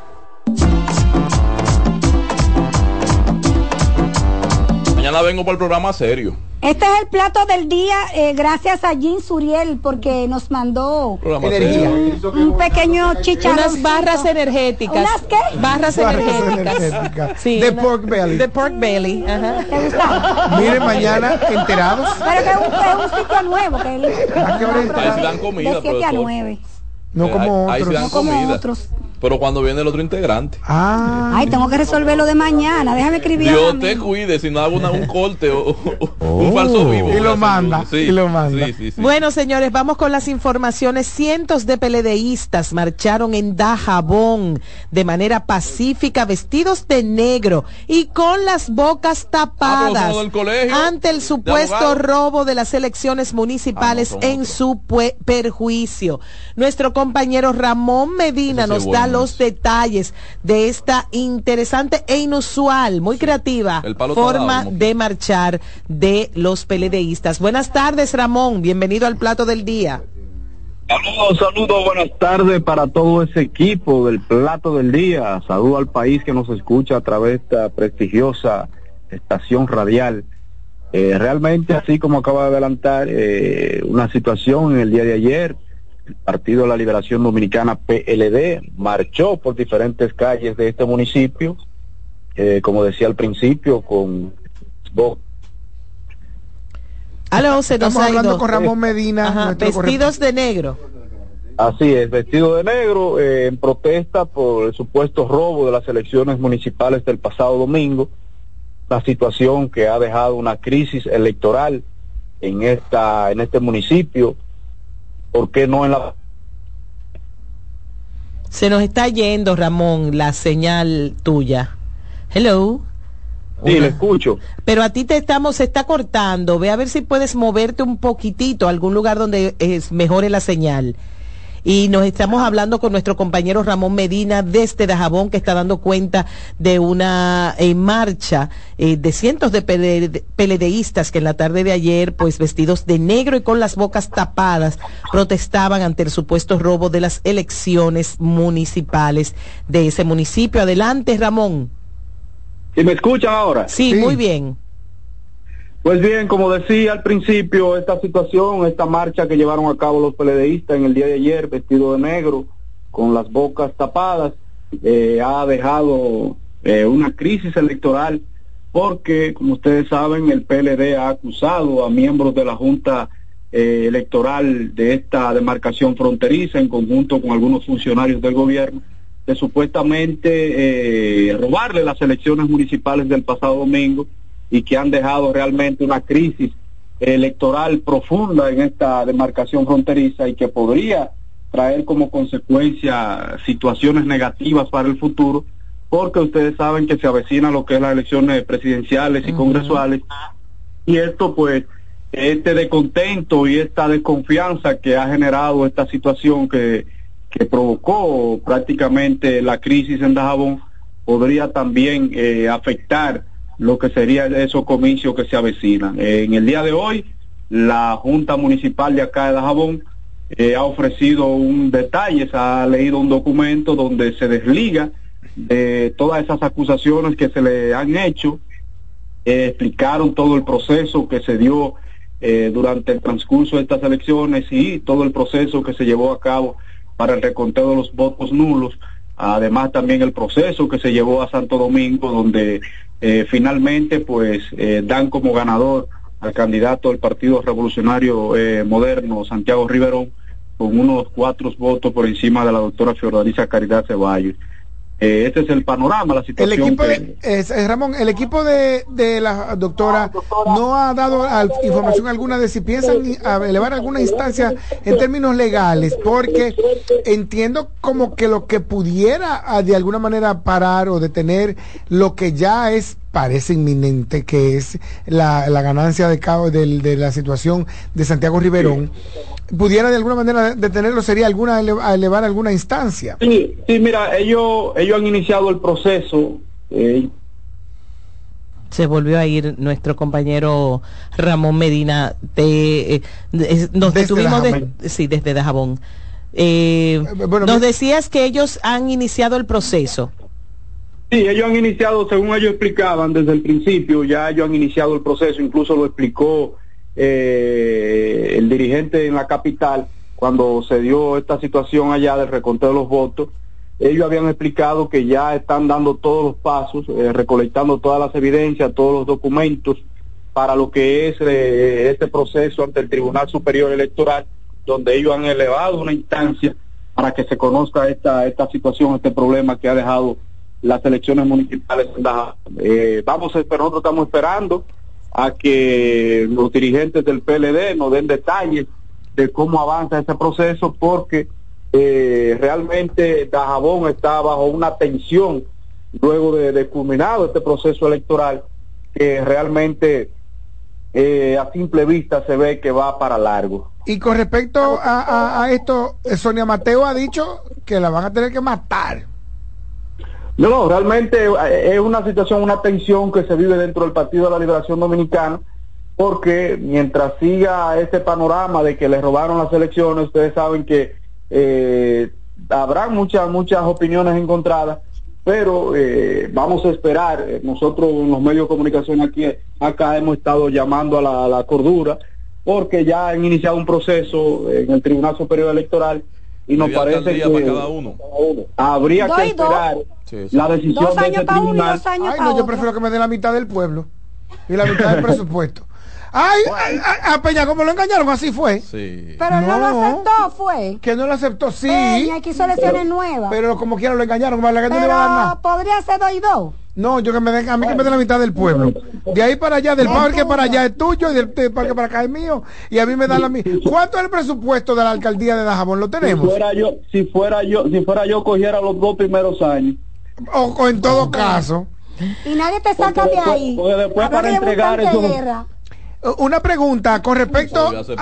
Mañana vengo para el programa serio. Este es el plato del día, gracias a Jean Suriel, porque nos mandó energía. Un pequeño chicharrón. Unas barras energéticas. ¿Unas qué? Barras energéticas. Sí, de pork belly. De pork belly. Ajá. ¿Te gusta? Miren, mañana enterados. Pero que es un sitio nuevo. Que ¿A qué hora enterados? Ahí se dan comida, de 7 a 9. No como ahí otros. se dan no como comida. otros. Pero cuando viene el otro integrante. Ay, tengo que resolverlo de mañana. Déjame escribir. Dios te cuide si no hago un corte o un falso vivo. Y lo manda. Sí, y lo manda. Sí. Bueno, señores, vamos con las informaciones. Cientos de PLDistas marcharon en Dajabón de manera pacífica, vestidos de negro y con las bocas tapadas ante el supuesto robo de las elecciones municipales en su perjuicio. Nuestro compañero Ramón Medina nos da los detalles de esta interesante e inusual, muy creativa forma de marchar de los PLDistas. Buenas tardes, Ramón, bienvenido al plato del día. Saludos, buenas tardes para todo ese equipo del plato del día. Saludo al país que nos escucha a través de esta prestigiosa estación radial. Realmente, así como acaba de adelantar, una situación en el día de ayer. El Partido de la Liberación Dominicana, PLD, marchó por diferentes calles de este municipio, como decía al principio, con... Aló, se nos Estamos ha hablando ido. con Ramón Medina. Vestidos de negro. Así es, vestido de negro, en protesta por el supuesto robo de las elecciones municipales del pasado domingo, la situación que ha dejado una crisis electoral en este municipio. ¿Por qué no en la...? Se nos está yendo, Ramón, la señal tuya. Hello. Sí, le escucho. Pero a ti se está cortando. Ve a ver si puedes moverte un poquitito a algún lugar donde mejore la señal. Y nos estamos hablando con nuestro compañero Ramón Medina desde Dajabón, que está dando cuenta de una marcha de cientos de PLDistas que en la tarde de ayer, pues vestidos de negro y con las bocas tapadas, protestaban ante el supuesto robo de las elecciones municipales de ese municipio. Adelante, Ramón. ¿Sí me escuchan ahora? Sí, muy bien. Pues bien, como decía al principio, esta situación, esta marcha que llevaron a cabo los PLDistas en el día de ayer, vestido de negro, con las bocas tapadas, ha dejado una crisis electoral, porque, como ustedes saben, el PLD ha acusado a miembros de la Junta Electoral de esta demarcación fronteriza, en conjunto con algunos funcionarios del gobierno, de supuestamente robarle las elecciones municipales del pasado domingo, y que han dejado realmente una crisis electoral profunda en esta demarcación fronteriza y que podría traer como consecuencia situaciones negativas para el futuro, porque ustedes saben que se avecina lo que es las elecciones presidenciales y congresuales, y esto pues, este descontento y esta desconfianza que ha generado esta situación que provocó prácticamente la crisis en Dajabón, podría también afectar lo que sería esos comicios que se avecinan. En el día de hoy, la Junta Municipal de acá de Dajabón ha ofrecido un detalle, se ha leído un documento donde se desliga de todas esas acusaciones que se le han hecho, explicaron todo el proceso que se dio durante el transcurso de estas elecciones y todo el proceso que se llevó a cabo para el reconteo de los votos nulos, además también el proceso que se llevó a Santo Domingo, donde finalmente pues dan como ganador al candidato del Partido Revolucionario Moderno, Santiago Riverón, con unos 4 votos por encima de la doctora Fiordalisa Caridad Ceballos. Este es el panorama, la situación. El equipo Ramón, el equipo de la doctora no ha dado información alguna de si piensan elevar alguna instancia en términos legales, porque entiendo como que lo que pudiera de alguna manera parar o detener lo que ya parece inminente, que es la ganancia de la situación de Santiago Riverón, pudiera de alguna manera detenerlo, sería elevar alguna instancia. Sí, mira, ellos han iniciado el proceso. Se volvió a ir nuestro compañero Ramón Medina. Nos detuvimos desde Dajabón. Nos decías que ellos han iniciado el proceso. Sí, ellos han iniciado, según ellos explicaban desde el principio, ya ellos han iniciado el proceso, incluso lo explicó el dirigente en la capital cuando se dio esta situación allá del reconteo de los votos. Ellos habían explicado que ya están dando todos los pasos, recolectando todas las evidencias, todos los documentos para lo que es este proceso ante el Tribunal Superior Electoral, donde ellos han elevado una instancia para que se conozca esta situación, este problema que ha dejado las elecciones municipales. Nosotros estamos esperando a que los dirigentes del PLD nos den detalles de cómo avanza ese proceso, porque realmente Dajabón está bajo una tensión luego de culminado este proceso electoral, que realmente a simple vista se ve que va para largo. Y con respecto a esto, Sonia Mateo ha dicho que la van a tener que matar. No, realmente es una situación, una tensión que se vive dentro del Partido de la Liberación Dominicana, porque mientras siga este panorama de que le robaron las elecciones, ustedes saben que habrá muchas opiniones encontradas, pero vamos a esperar. Nosotros en los medios de comunicación acá hemos estado llamando a la cordura, porque ya han iniciado un proceso en el Tribunal Superior Electoral y nos parece que para cada uno habría que esperar la decisión de ese tribunal. Yo prefiero que me den la mitad del pueblo y la mitad del presupuesto. A Peña, como lo engañaron, así fue. Sí. Pero no lo aceptó, fue. Que no lo aceptó, sí. Peña quiso elecciones nuevas. Pero como quiera lo engañaron, como la que no le va a dar nada. Podría ser 2 y 2. No, a mí que me den la mitad del pueblo. De ahí para allá, del parque para allá es tuyo y del parque para acá es mío. Y a mí me dan la mitad. ¿Cuánto es el presupuesto de la alcaldía de Dajabón? ¿Lo tenemos? Si fuera yo cogiera los 2 primeros años. O en todo caso. Y nadie te saca de ahí. Porque después para entregar eso. Una pregunta con respecto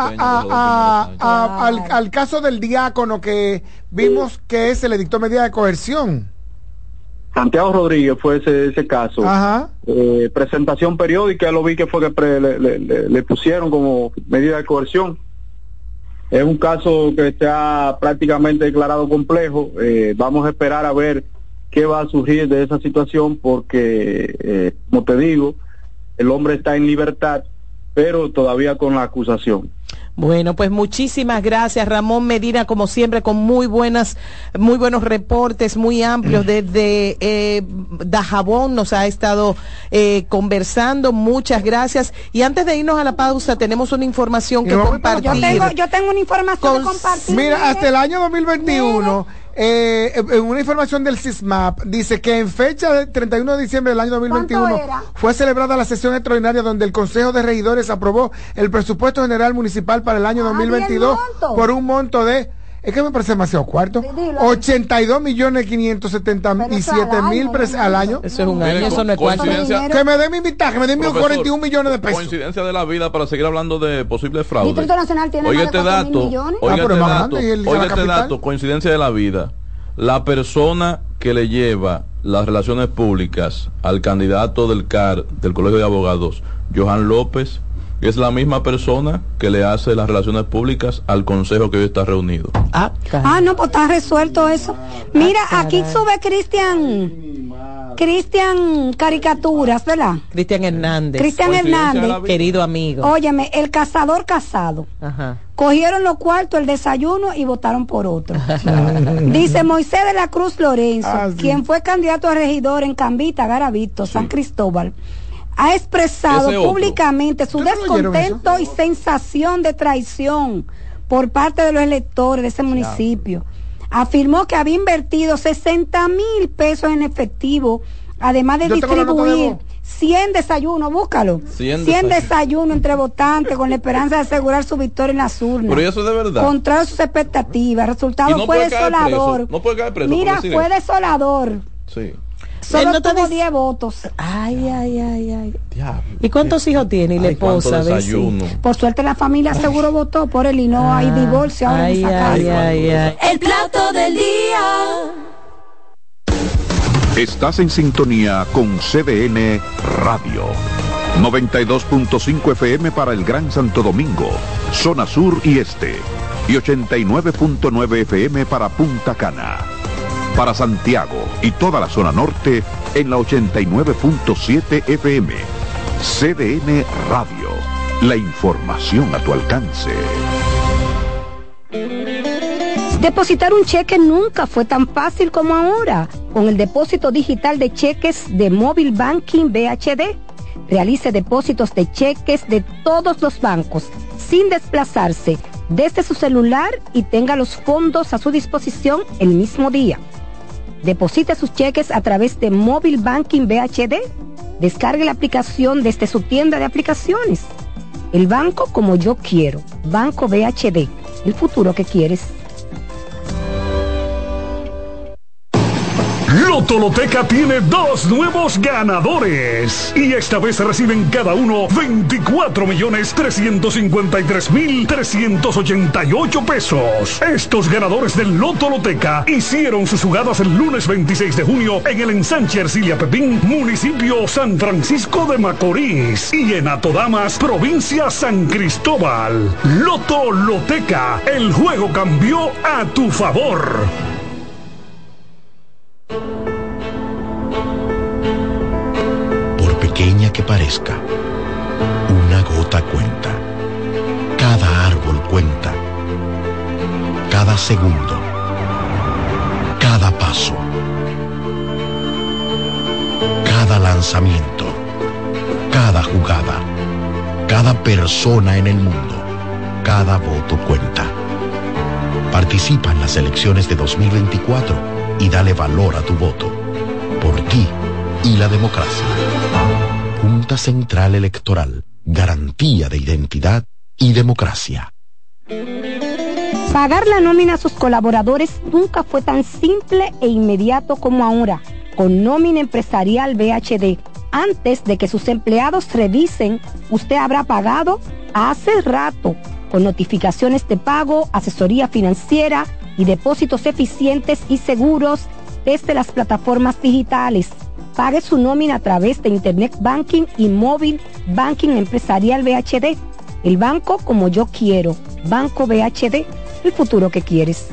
al caso del diácono que vimos que se le dictó medida de coerción. Santiago Rodríguez fue ese caso. Ajá. Presentación periódica, lo vi que fue que le pusieron como medida de coerción. Es un caso que se ha prácticamente declarado complejo. Vamos a esperar a ver qué va a surgir de esa situación, porque, como te digo, el hombre está en libertad pero todavía con la acusación. Bueno, pues muchísimas gracias, Ramón Medina, como siempre, con muy buenos reportes, muy amplios. Desde Dajabón nos ha estado conversando. Muchas gracias. Y antes de irnos a la pausa, tenemos una información que compartir. Yo tengo una información que compartir. Mira, hasta el año 2021... en una información del CISMAP dice que en fecha del 31 de diciembre del año 2021 fue celebrada la sesión extraordinaria donde el Consejo de Regidores aprobó el presupuesto general municipal para el año 2022 por un monto de, es que me parece demasiado cuarto, 82.577.000 al año. Eso es un año, eso no es cuarto. Que me den mi mitad, que me den mis 41 millones de pesos. Coincidencia de la vida para seguir hablando de posibles fraudes. El Distrito Nacional tiene Oiga este dato, coincidencia de la vida. La persona que le lleva las relaciones públicas al candidato del CAR, del Colegio de Abogados, Johan López, es la misma persona que le hace las relaciones públicas al consejo que hoy está reunido. No, pues está resuelto eso. Mira, aquí sube Cristian Caricaturas, ¿verdad? Cristian Hernández, querido amigo. Óyeme, el cazador casado. Ajá. Cogieron los cuartos, el desayuno y votaron por otro. Dice Moisés de la Cruz Lorenzo, quien fue candidato a regidor en Cambita, Garavito, San Cristóbal, ha expresado públicamente su descontento y sensación de traición por parte de los electores de ese municipio. Afirmó que había invertido 60,000 pesos en efectivo, además de distribuir 100 desayunos, búscalo. 100 desayunos entre votantes con la esperanza de asegurar su victoria en las urnas. Pero eso es de verdad. Contrario a sus expectativas. El resultado fue desolador. No puede caer preso. Mira, fue desolador. Sí. Solo tuvo 10 votos. Ay. Diablo. ¿Y cuántos hijos tiene? Y la esposa, por suerte la familia seguro votó por él y no hay divorcio ahora en esa casa. El plato del día. Estás en sintonía con CDN Radio. 92.5 FM para el Gran Santo Domingo, zona sur y este. Y 89.9 FM para Punta Cana. Para Santiago y toda la zona norte en la 89.7 FM. CDN Radio. La información a tu alcance. Depositar un cheque nunca fue tan fácil como ahora. Con el depósito digital de cheques de Móvil Banking BHD. Realice depósitos de cheques de todos los bancos sin desplazarse desde su celular y tenga los fondos a su disposición el mismo día. Deposite sus cheques a través de Móvil Banking BHD. Descargue la aplicación desde su tienda de aplicaciones. El banco como yo quiero. Banco BHD. El futuro que quieres. Lotoloteca tiene 2 nuevos ganadores y esta vez reciben cada uno 24.353.388 pesos. Estos ganadores del Lotoloteca hicieron sus jugadas el lunes 26 de junio en el ensanche Ercilia Pepín, municipio San Francisco de Macorís, y en Atodamas, provincia San Cristóbal. Lotoloteca, el juego cambió a tu favor. Pequeña que parezca, una gota cuenta. Cada árbol cuenta. Cada segundo. Cada paso. Cada lanzamiento. Cada jugada. Cada persona en el mundo. Cada voto cuenta. Participa en las elecciones de 2024 y dale valor a tu voto. Por ti y la democracia. Junta Central Electoral, garantía de identidad y democracia. Pagar la nómina a sus colaboradores nunca fue tan simple e inmediato como ahora, con Nómina Empresarial BHD. Antes de que sus empleados revisen, usted habrá pagado hace rato, con notificaciones de pago, asesoría financiera y depósitos eficientes y seguros desde las plataformas digitales. Pague su nómina a través de Internet Banking y Móvil Banking Empresarial BHD. El banco como yo quiero. Banco BHD, el futuro que quieres.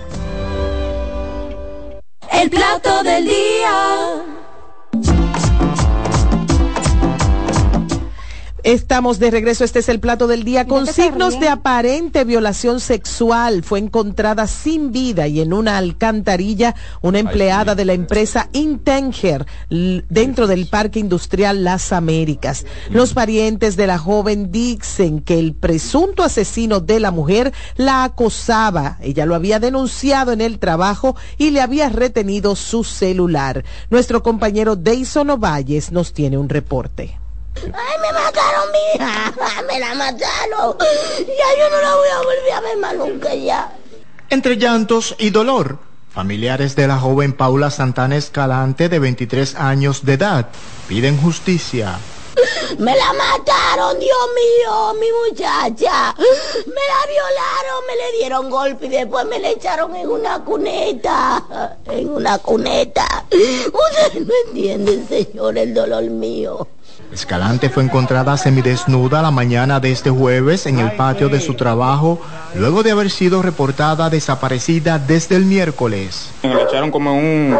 El plato del día. Estamos de regreso, este es el plato del día. Con signos de aparente violación sexual, fue encontrada sin vida y en una alcantarilla una empleada de la empresa Intenger dentro del Parque Industrial Las Américas. Los parientes de la joven dicen que el presunto asesino de la mujer la acosaba. Ella lo había denunciado en el trabajo y le había retenido su celular. Nuestro compañero Deison Ovalles nos tiene un reporte. ¡Ay, me mataron mi hija! ¡Me la mataron! Ya yo no la voy a volver a ver más nunca ya. Entre llantos y dolor, familiares de la joven Paula Santana Escalante, de 23 años de edad, piden justicia. Me la mataron, Dios mío, mi muchacha. Me la violaron, me le dieron golpe y después me le echaron en una cuneta. En una cuneta. Ustedes no entienden, señor, el dolor mío. Escalante fue encontrada semidesnuda la mañana de este jueves en el patio de su trabajo, luego de haber sido reportada desaparecida desde el miércoles. Me echaron como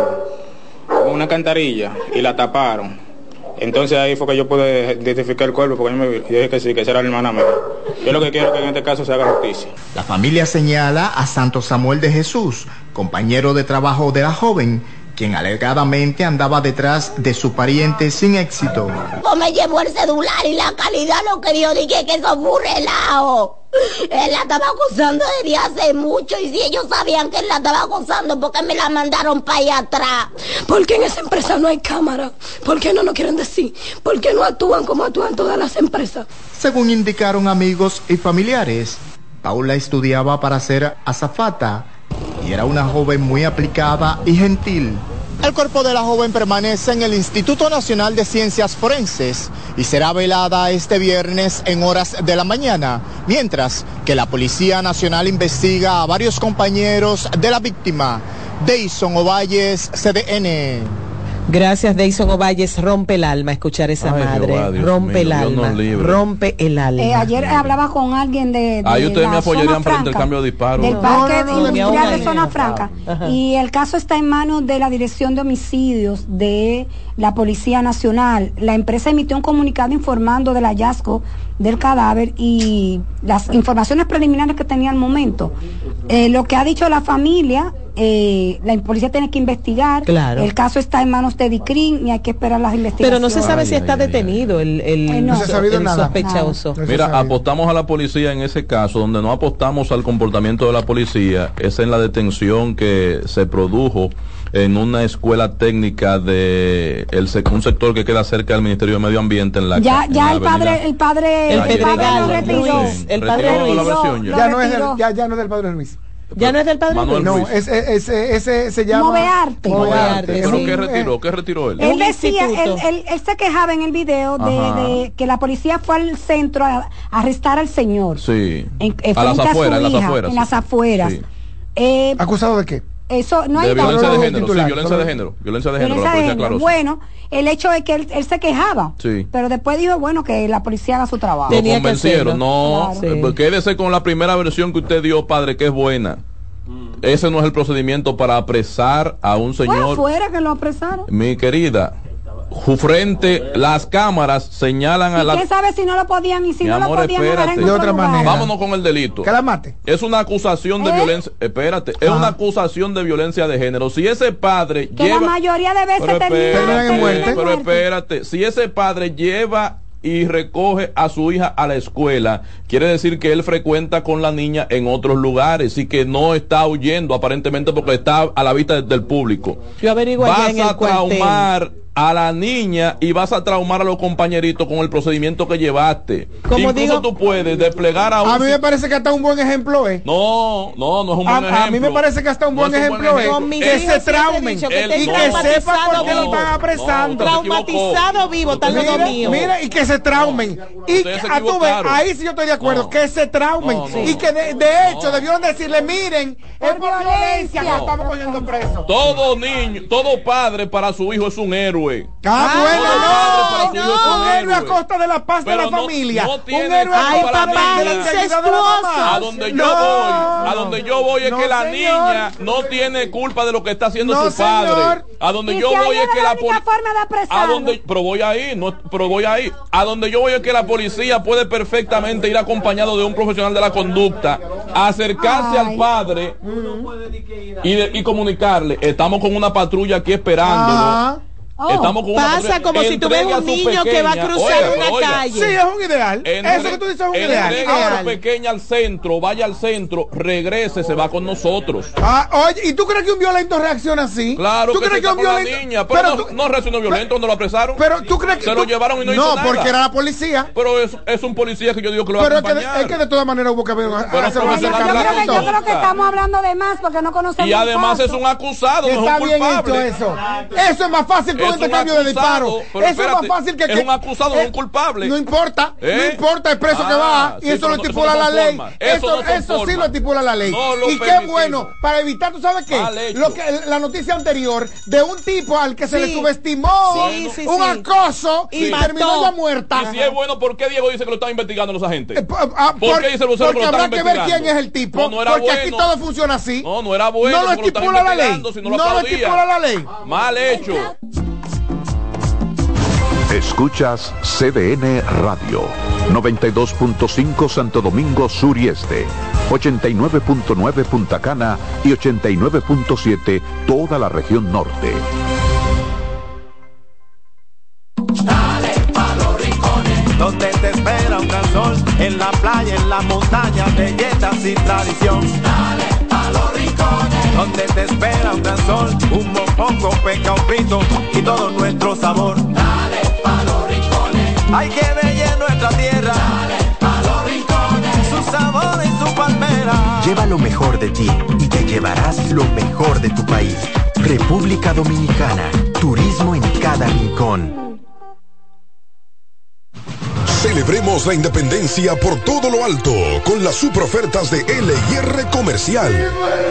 una alcantarilla y la taparon. Entonces ahí fue que yo pude identificar el cuerpo, porque yo dije que sí, que esa era la hermana mía. Yo lo que quiero es que en este caso se haga justicia. La familia señala a Santo Samuel de Jesús, compañero de trabajo de la joven, quien alegadamente andaba detrás de su pariente sin éxito. Pues me llevó el celular y la calidad lo que yo dije que eso fue un relajo. Él la estaba acosando desde hace mucho y si ellos sabían que él la estaba acosando, ¿por qué me la mandaron para allá atrás? ¿Por qué en esa empresa no hay cámara? ¿Por qué no nos quieren decir? ¿Por qué no actúan como actúan todas las empresas? Según indicaron amigos y familiares, Paula estudiaba para ser azafata y era una joven muy aplicada y gentil. El cuerpo de la joven permanece en el Instituto Nacional de Ciencias Forenses y será velada este viernes en horas de la mañana, mientras que la Policía Nacional investiga a varios compañeros de la víctima. Deison Ovalles, CDN. Gracias, Deison Ovalles. Rompe el alma escuchar esa madre. Jehová, rompe el alma. Rompe el alma. Ayer hablaba con alguien de ahí ustedes me apoyarían para el intercambio de disparos. Del Parque Industrial de Zona Franca. Y el caso está en manos de la Dirección de Homicidios de la Policía Nacional. La empresa emitió un comunicado informando del hallazgo del cadáver y las informaciones preliminares que tenía al momento. Lo que ha dicho la familia, la policía tiene que investigar. Claro. El caso está en manos de DICRIM y hay que esperar las investigaciones. Pero no se sabe si está detenido el sospechoso. Nada. Mira, apostamos a la policía en ese caso. Donde no apostamos al comportamiento de la policía es en la detención que se produjo en una escuela técnica de un sector que queda cerca del Ministerio de Medio Ambiente en la ya el padre Ruiz ya no es del padre Ruiz. Ya no es del padre Ruiz. No, ese se llama Movearte. ¿Pero qué retiró él? Él decía, él se quejaba en el video de que la policía fue al centro a arrestar al señor. Sí. En las afueras. Sí. ¿Acusado de qué? Eso no hay violencia de género, violencia de género. Bueno, el hecho es que él se quejaba, sí, pero después dijo, bueno, que la policía haga su trabajo. Lo convencieron, no, claro. Sí. Quédese con la primera versión que usted dio, padre, que es buena. Ese no es el procedimiento para apresar a un señor. Fuera que lo apresaron. Mi querida, frente las cámaras señalan a la. ¿Quién sabe si no lo podían y si no lo podían hacer de otra manera? Vámonos con el delito. Que la mate. Es una acusación de violencia. Espérate, es una acusación de violencia de género. Si ese padre que la mayoría de veces termina en muerte. Pero espérate, si ese padre lleva y recoge a su hija a la escuela, quiere decir que él frecuenta con la niña en otros lugares y que no está huyendo aparentemente porque está a la vista del público. Yo averiguo allá en el Vas a traumar a la niña y vas a traumar a los compañeritos con el procedimiento que llevaste. Incluso tú puedes desplegar a mí me parece que hasta un buen ejemplo es. No es un buen ejemplo. A mí me parece que hasta un buen ejemplo es que se traumen y que sepa por qué lo están apresando. Traumatizado vivo, tal vez mío. Mira, y que se traumen. Y a tu vez, ahí sí yo estoy de acuerdo, que se traumen. Y que de hecho debieron decirle, miren, es por violencia que estamos cogiendo presos. Todo niño, todo padre para su hijo es un héroe. Bueno, héroe a costa de la paz de la familia. No tiene un héroe culpa a la costa de la niña. integridad de la mamá. A donde yo voy es que la niña no tiene culpa de lo que está haciendo su padre. A donde yo voy es que la policía, pero voy ahí. A donde yo voy es que la policía puede perfectamente ir acompañado de un profesional de la conducta, acercarse al padre y comunicarle. Estamos con una patrulla aquí esperándolo. Estamos con pasa como si tú ves un niño que va a cruzar una calle. Sí, es un ideal. Eso que tú dices es un ideal. Entrega a su pequeña al centro, vaya al centro, regrese, se va con nosotros. Oye, ¿y tú crees que un violento reacciona así? Claro, ¿tú crees que un violento? La niña, pero no reaccionó violento cuando lo apresaron. Pero tú crees que se lo llevaron y no hizo nada. No, porque era la policía. Pero es un policía que yo digo que lo va a acompañar. Es que de todas maneras hubo que ver. Yo creo que estamos hablando de más porque no conocemos. Y además es un acusado, no es un culpable. Eso es más fácil que un intercambio de disparo. Eso es más fácil que es un acusado, no un culpable. No importa, no importa el preso que va, y eso lo estipula la ley. Eso sí lo estipula la ley. Y qué bueno, para evitar, ¿tú sabes qué? La noticia anterior de un tipo al que se le subestimó un acoso y terminó ya muerta. Y si es bueno, ¿por qué Diego dice que lo están investigando los agentes? ¿Por qué dice Lucero que lo están investigando? Porque habrá que ver quién es el tipo, porque aquí todo funciona así. No era bueno. No lo estipula la ley. No lo estipula la ley. Mal hecho. Escuchas CDN Radio, 92.5 Santo Domingo Sur y Este, 89.9 Punta Cana y 89.7 toda la región norte. Dale pa' los rincones, donde te espera un gran sol, en la playa, en la montaña, belletas y tradición. Dale pa' los rincones, donde te espera un gran sol, un mopongo, peca, un pito y todo nuestro sabor. Dale pa' los rincones, hay que bella nuestra tierra. Dale pa' los rincones, su sabor y su palmera. Lleva lo mejor de ti y te llevarás lo mejor de tu país. República Dominicana, turismo en cada rincón. Celebremos la independencia por todo lo alto con las superofertas de L&R Comercial.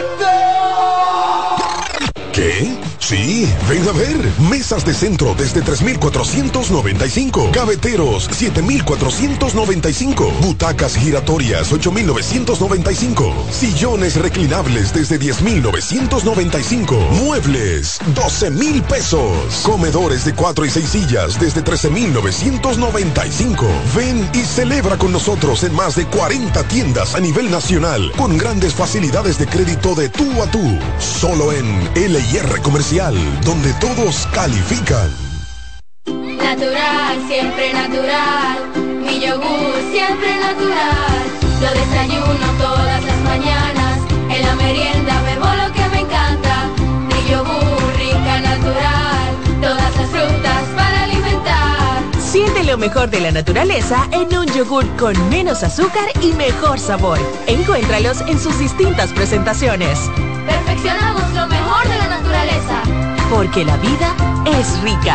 ¿Qué? Sí, ven a ver. Mesas de centro desde 3,495. Gaveteros, 7,495. Butacas giratorias, 8,995. Sillones reclinables desde 10,995. Muebles, 12,000 pesos. Comedores de 4 y 6 sillas desde 13,995. Ven y celebra con nosotros en más de 40 tiendas a nivel nacional con grandes facilidades de crédito de tú a tú. Solo en L&R Comercial, donde todos califican. Natural, siempre natural. Mi yogur siempre natural. Lo desayuno todas las mañanas. En la merienda bebo lo que me encanta. Mi yogur rica, natural. Todas las frutas para alimentar. Siente lo mejor de la naturaleza en un yogur con menos azúcar y mejor sabor. Encuéntralos en sus distintas presentaciones. Perfeccionamos lo mejor de la naturaleza. Porque la vida es rica.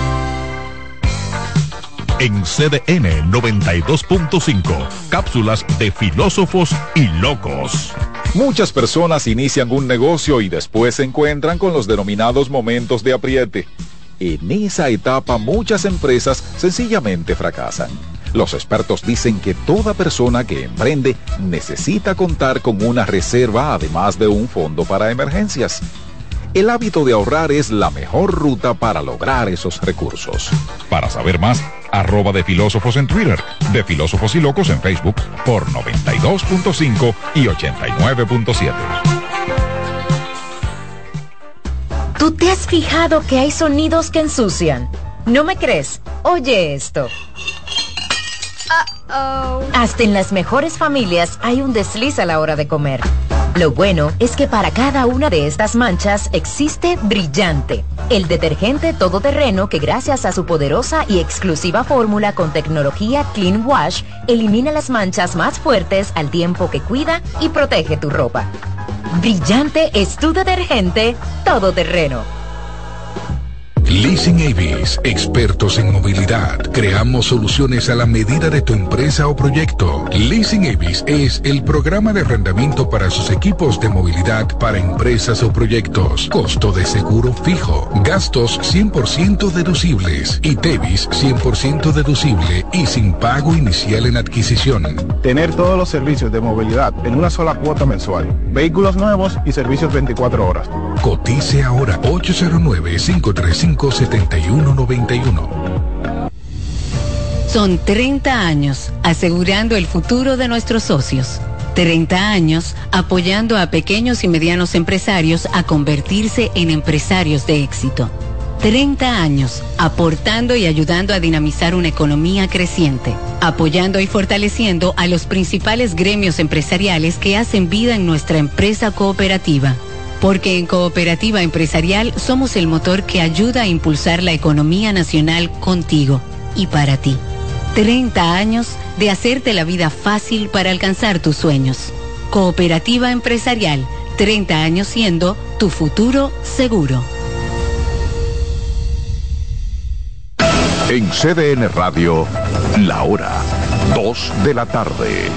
En CDN 92.5, cápsulas de filósofos y locos. Muchas personas inician un negocio y después se encuentran con los denominados momentos de apriete. En esa etapa muchas empresas sencillamente fracasan. Los expertos dicen que toda persona que emprende necesita contar con una reserva además de un fondo para emergencias. El hábito de ahorrar es la mejor ruta para lograr esos recursos. Para saber más, @de filósofos en Twitter, de Filósofos y Locos en Facebook por 92.5 y 89.7. ¿Tú te has fijado que hay sonidos que ensucian? ¿No me crees? Oye esto. Hasta en las mejores familias hay un desliz a la hora de comer. Lo bueno es que para cada una de estas manchas existe Brillante, el detergente todoterreno que gracias a su poderosa y exclusiva fórmula con tecnología Clean Wash elimina las manchas más fuertes al tiempo que cuida y protege tu ropa. Brillante es tu detergente todoterreno. Leasing Avis, expertos en movilidad. Creamos soluciones a la medida de tu empresa o proyecto. Leasing Avis es el programa de arrendamiento para sus equipos de movilidad para empresas o proyectos. Costo de seguro fijo. Gastos 100% deducibles. Y Tevis 100% deducible y sin pago inicial en adquisición. Tener todos los servicios de movilidad en una sola cuota mensual. Vehículos nuevos y servicios 24 horas. Cotice ahora 809-535-7191. Son 30 años asegurando el futuro de nuestros socios. 30 años apoyando a pequeños y medianos empresarios a convertirse en empresarios de éxito. 30 años aportando y ayudando a dinamizar una economía creciente, apoyando y fortaleciendo a los principales gremios empresariales que hacen vida en nuestra empresa cooperativa. Porque en Cooperativa Empresarial somos el motor que ayuda a impulsar la economía nacional contigo y para ti. 30 años de hacerte la vida fácil para alcanzar tus sueños. Cooperativa Empresarial, 30 años siendo tu futuro seguro. En CDN Radio, la hora 2 de la tarde.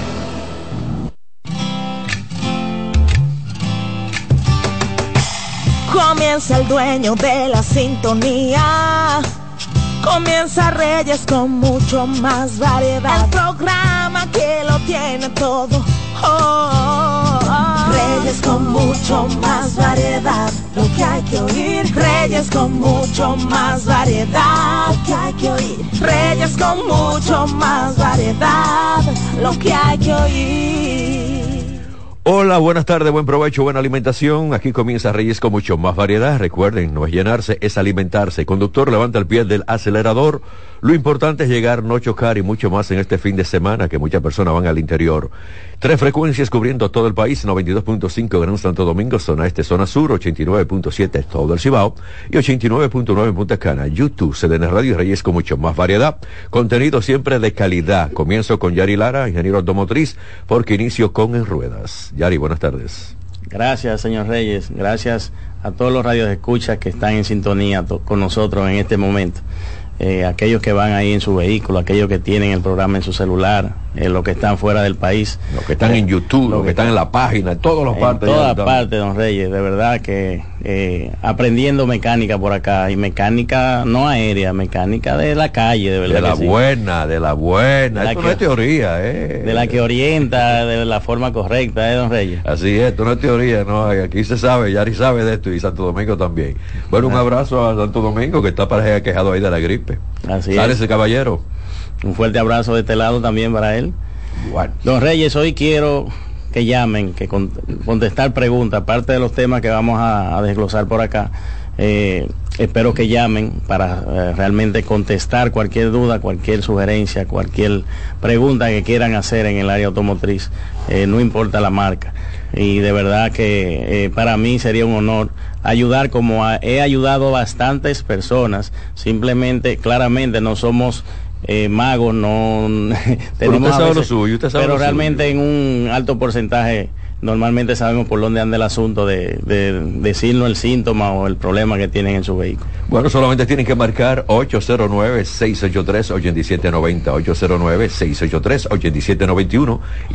Comienza el dueño de la sintonía. Comienza Reyes con mucho más variedad. El programa que lo tiene todo. Reyes con mucho más variedad. Lo que hay que oír. Reyes con mucho más variedad. Lo que hay que oír. Reyes con mucho más variedad. Lo que hay que oír. Hola, buenas tardes, buen provecho, buena alimentación. Aquí comienza Reyes con mucho más variedad. Recuerden, no es llenarse, es alimentarse. Conductor, levanta el pie del acelerador. Lo importante es llegar, no chocar y mucho más en este fin de semana que muchas personas van al interior. 3 frecuencias cubriendo todo el país: 92.5 Gran Santo Domingo, zona este, zona sur, 89.7 todo el Cibao y 89.9 en Punta Cana. YouTube, CDN Radio y Reyes con mucho más variedad. Contenido siempre de calidad. Comienzo con Yari Lara, ingeniero automotriz, porque inicio con En Ruedas. Yari, buenas tardes. Gracias, señor Reyes. Gracias a todos los radioescuchas que están en sintonía con nosotros en este momento. Aquellos que van ahí en su vehículo, aquellos que tienen el programa en su celular, los que están fuera del país, los que están en YouTube, los que están en la página, en todas las partes. En todas partes, don Reyes, de verdad que aprendiendo mecánica por acá, y mecánica no aérea, mecánica de la calle, de verdad. De la buena, de la buena, esto no es teoría, de la que orienta de la forma correcta, don Reyes. Así es, esto no es teoría, no, aquí se sabe, Yari sabe de esto y Santo Domingo también. Bueno, un abrazo a Santo Domingo que está para quejado ahí de la gripe. Así es. Ese caballero. Un fuerte abrazo de este lado también para él. Bueno. Don Reyes, hoy quiero que llamen, que contestar preguntas, aparte de los temas que vamos a desglosar por acá. Espero que llamen para realmente contestar cualquier duda, cualquier sugerencia, cualquier pregunta que quieran hacer en el área automotriz, no importa la marca. Y de verdad que para mí sería un honor ayudar como he ayudado a bastantes personas. Simplemente, claramente no somos magos, no tenemos usted sabe lo suyo, usted sabe pero lo realmente suyo. En un alto porcentaje normalmente sabemos por dónde anda el asunto de decirnos el síntoma o el problema que tienen en su vehículo. Bueno, solamente tienen que marcar 809-683-8790, 809-683-8791 y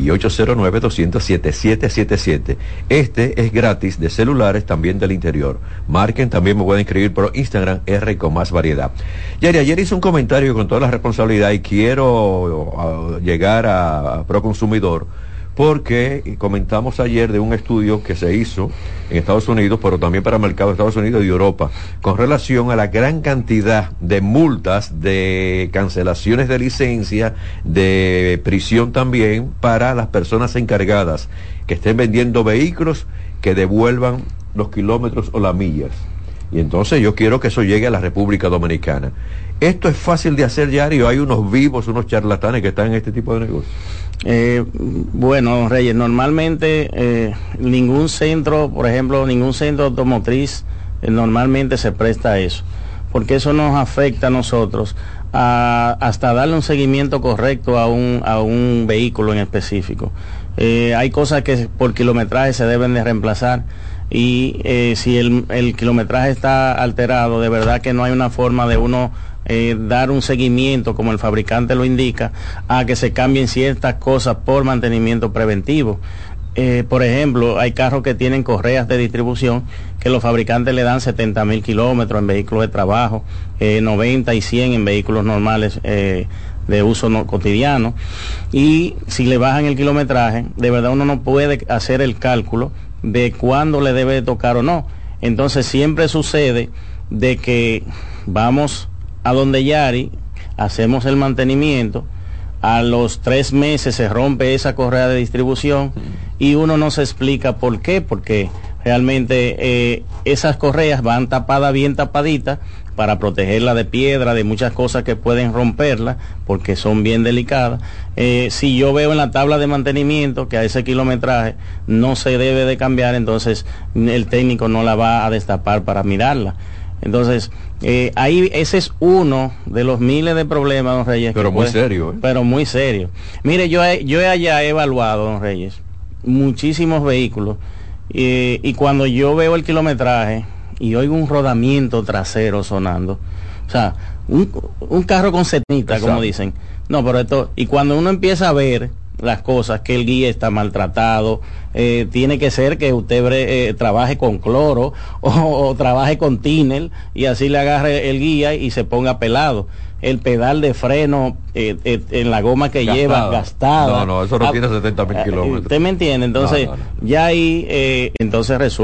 809-207-7777. Este es gratis, de celulares, también del interior. Marquen, también me pueden escribir por Instagram, R con más variedad. Yari, ayer hice un comentario con toda la responsabilidad y quiero llegar a Proconsumidor, porque comentamos ayer de un estudio que se hizo en Estados Unidos, pero también para el mercado de Estados Unidos y Europa, con relación a la gran cantidad de multas, de cancelaciones de licencia, de prisión también para las personas encargadas que estén vendiendo vehículos que devuelvan los kilómetros o las millas. Y entonces yo quiero que eso llegue a la República Dominicana. ¿Esto es fácil de hacer, Yari, o hay unos vivos, unos charlatanes que están en este tipo de negocios? Bueno, Reyes, normalmente ningún centro, por ejemplo, ningún centro automotriz normalmente se presta a eso, porque eso nos afecta a nosotros hasta darle un seguimiento correcto a un vehículo en específico. Hay cosas que por kilometraje se deben de reemplazar. y si el kilometraje está alterado, de verdad que no hay una forma de uno dar un seguimiento como el fabricante lo indica a que se cambien ciertas cosas por mantenimiento preventivo. Por ejemplo, hay carros que tienen correas de distribución que los fabricantes le dan 70.000 kilómetros en vehículos de trabajo, 90 y 100 en vehículos normales de uso cotidiano, y si le bajan el kilometraje, de verdad uno no puede hacer el cálculo de cuándo le debe tocar o no. Entonces siempre sucede de que vamos a donde Yari, hacemos el mantenimiento, a los 3 meses se rompe esa correa de distribución y uno no se explica por qué, porque realmente esas correas van tapadas, bien tapaditas, para protegerla de piedra, de muchas cosas que pueden romperla, porque son bien delicadas. Si yo veo en la tabla de mantenimiento que a ese kilometraje no se debe de cambiar, entonces el técnico no la va a destapar para mirarla. Entonces, ahí ese es uno de los miles de problemas, don Reyes. Pero muy serio. Pero muy serio. Mire, yo allá he evaluado, don Reyes, muchísimos vehículos, y cuando yo veo el kilometraje y oigo un rodamiento trasero sonando, o sea, un carro con setnita, como dicen. No, pero esto, y cuando uno empieza a ver las cosas, que el guía está maltratado, tiene que ser que usted trabaje con cloro o trabaje con tiner y así le agarre el guía y se ponga pelado. El pedal de freno en la goma que lleva gastada. No, eso no tiene 70.000 kilómetros. ¿Usted me entiende? Entonces, ya ahí entonces resulta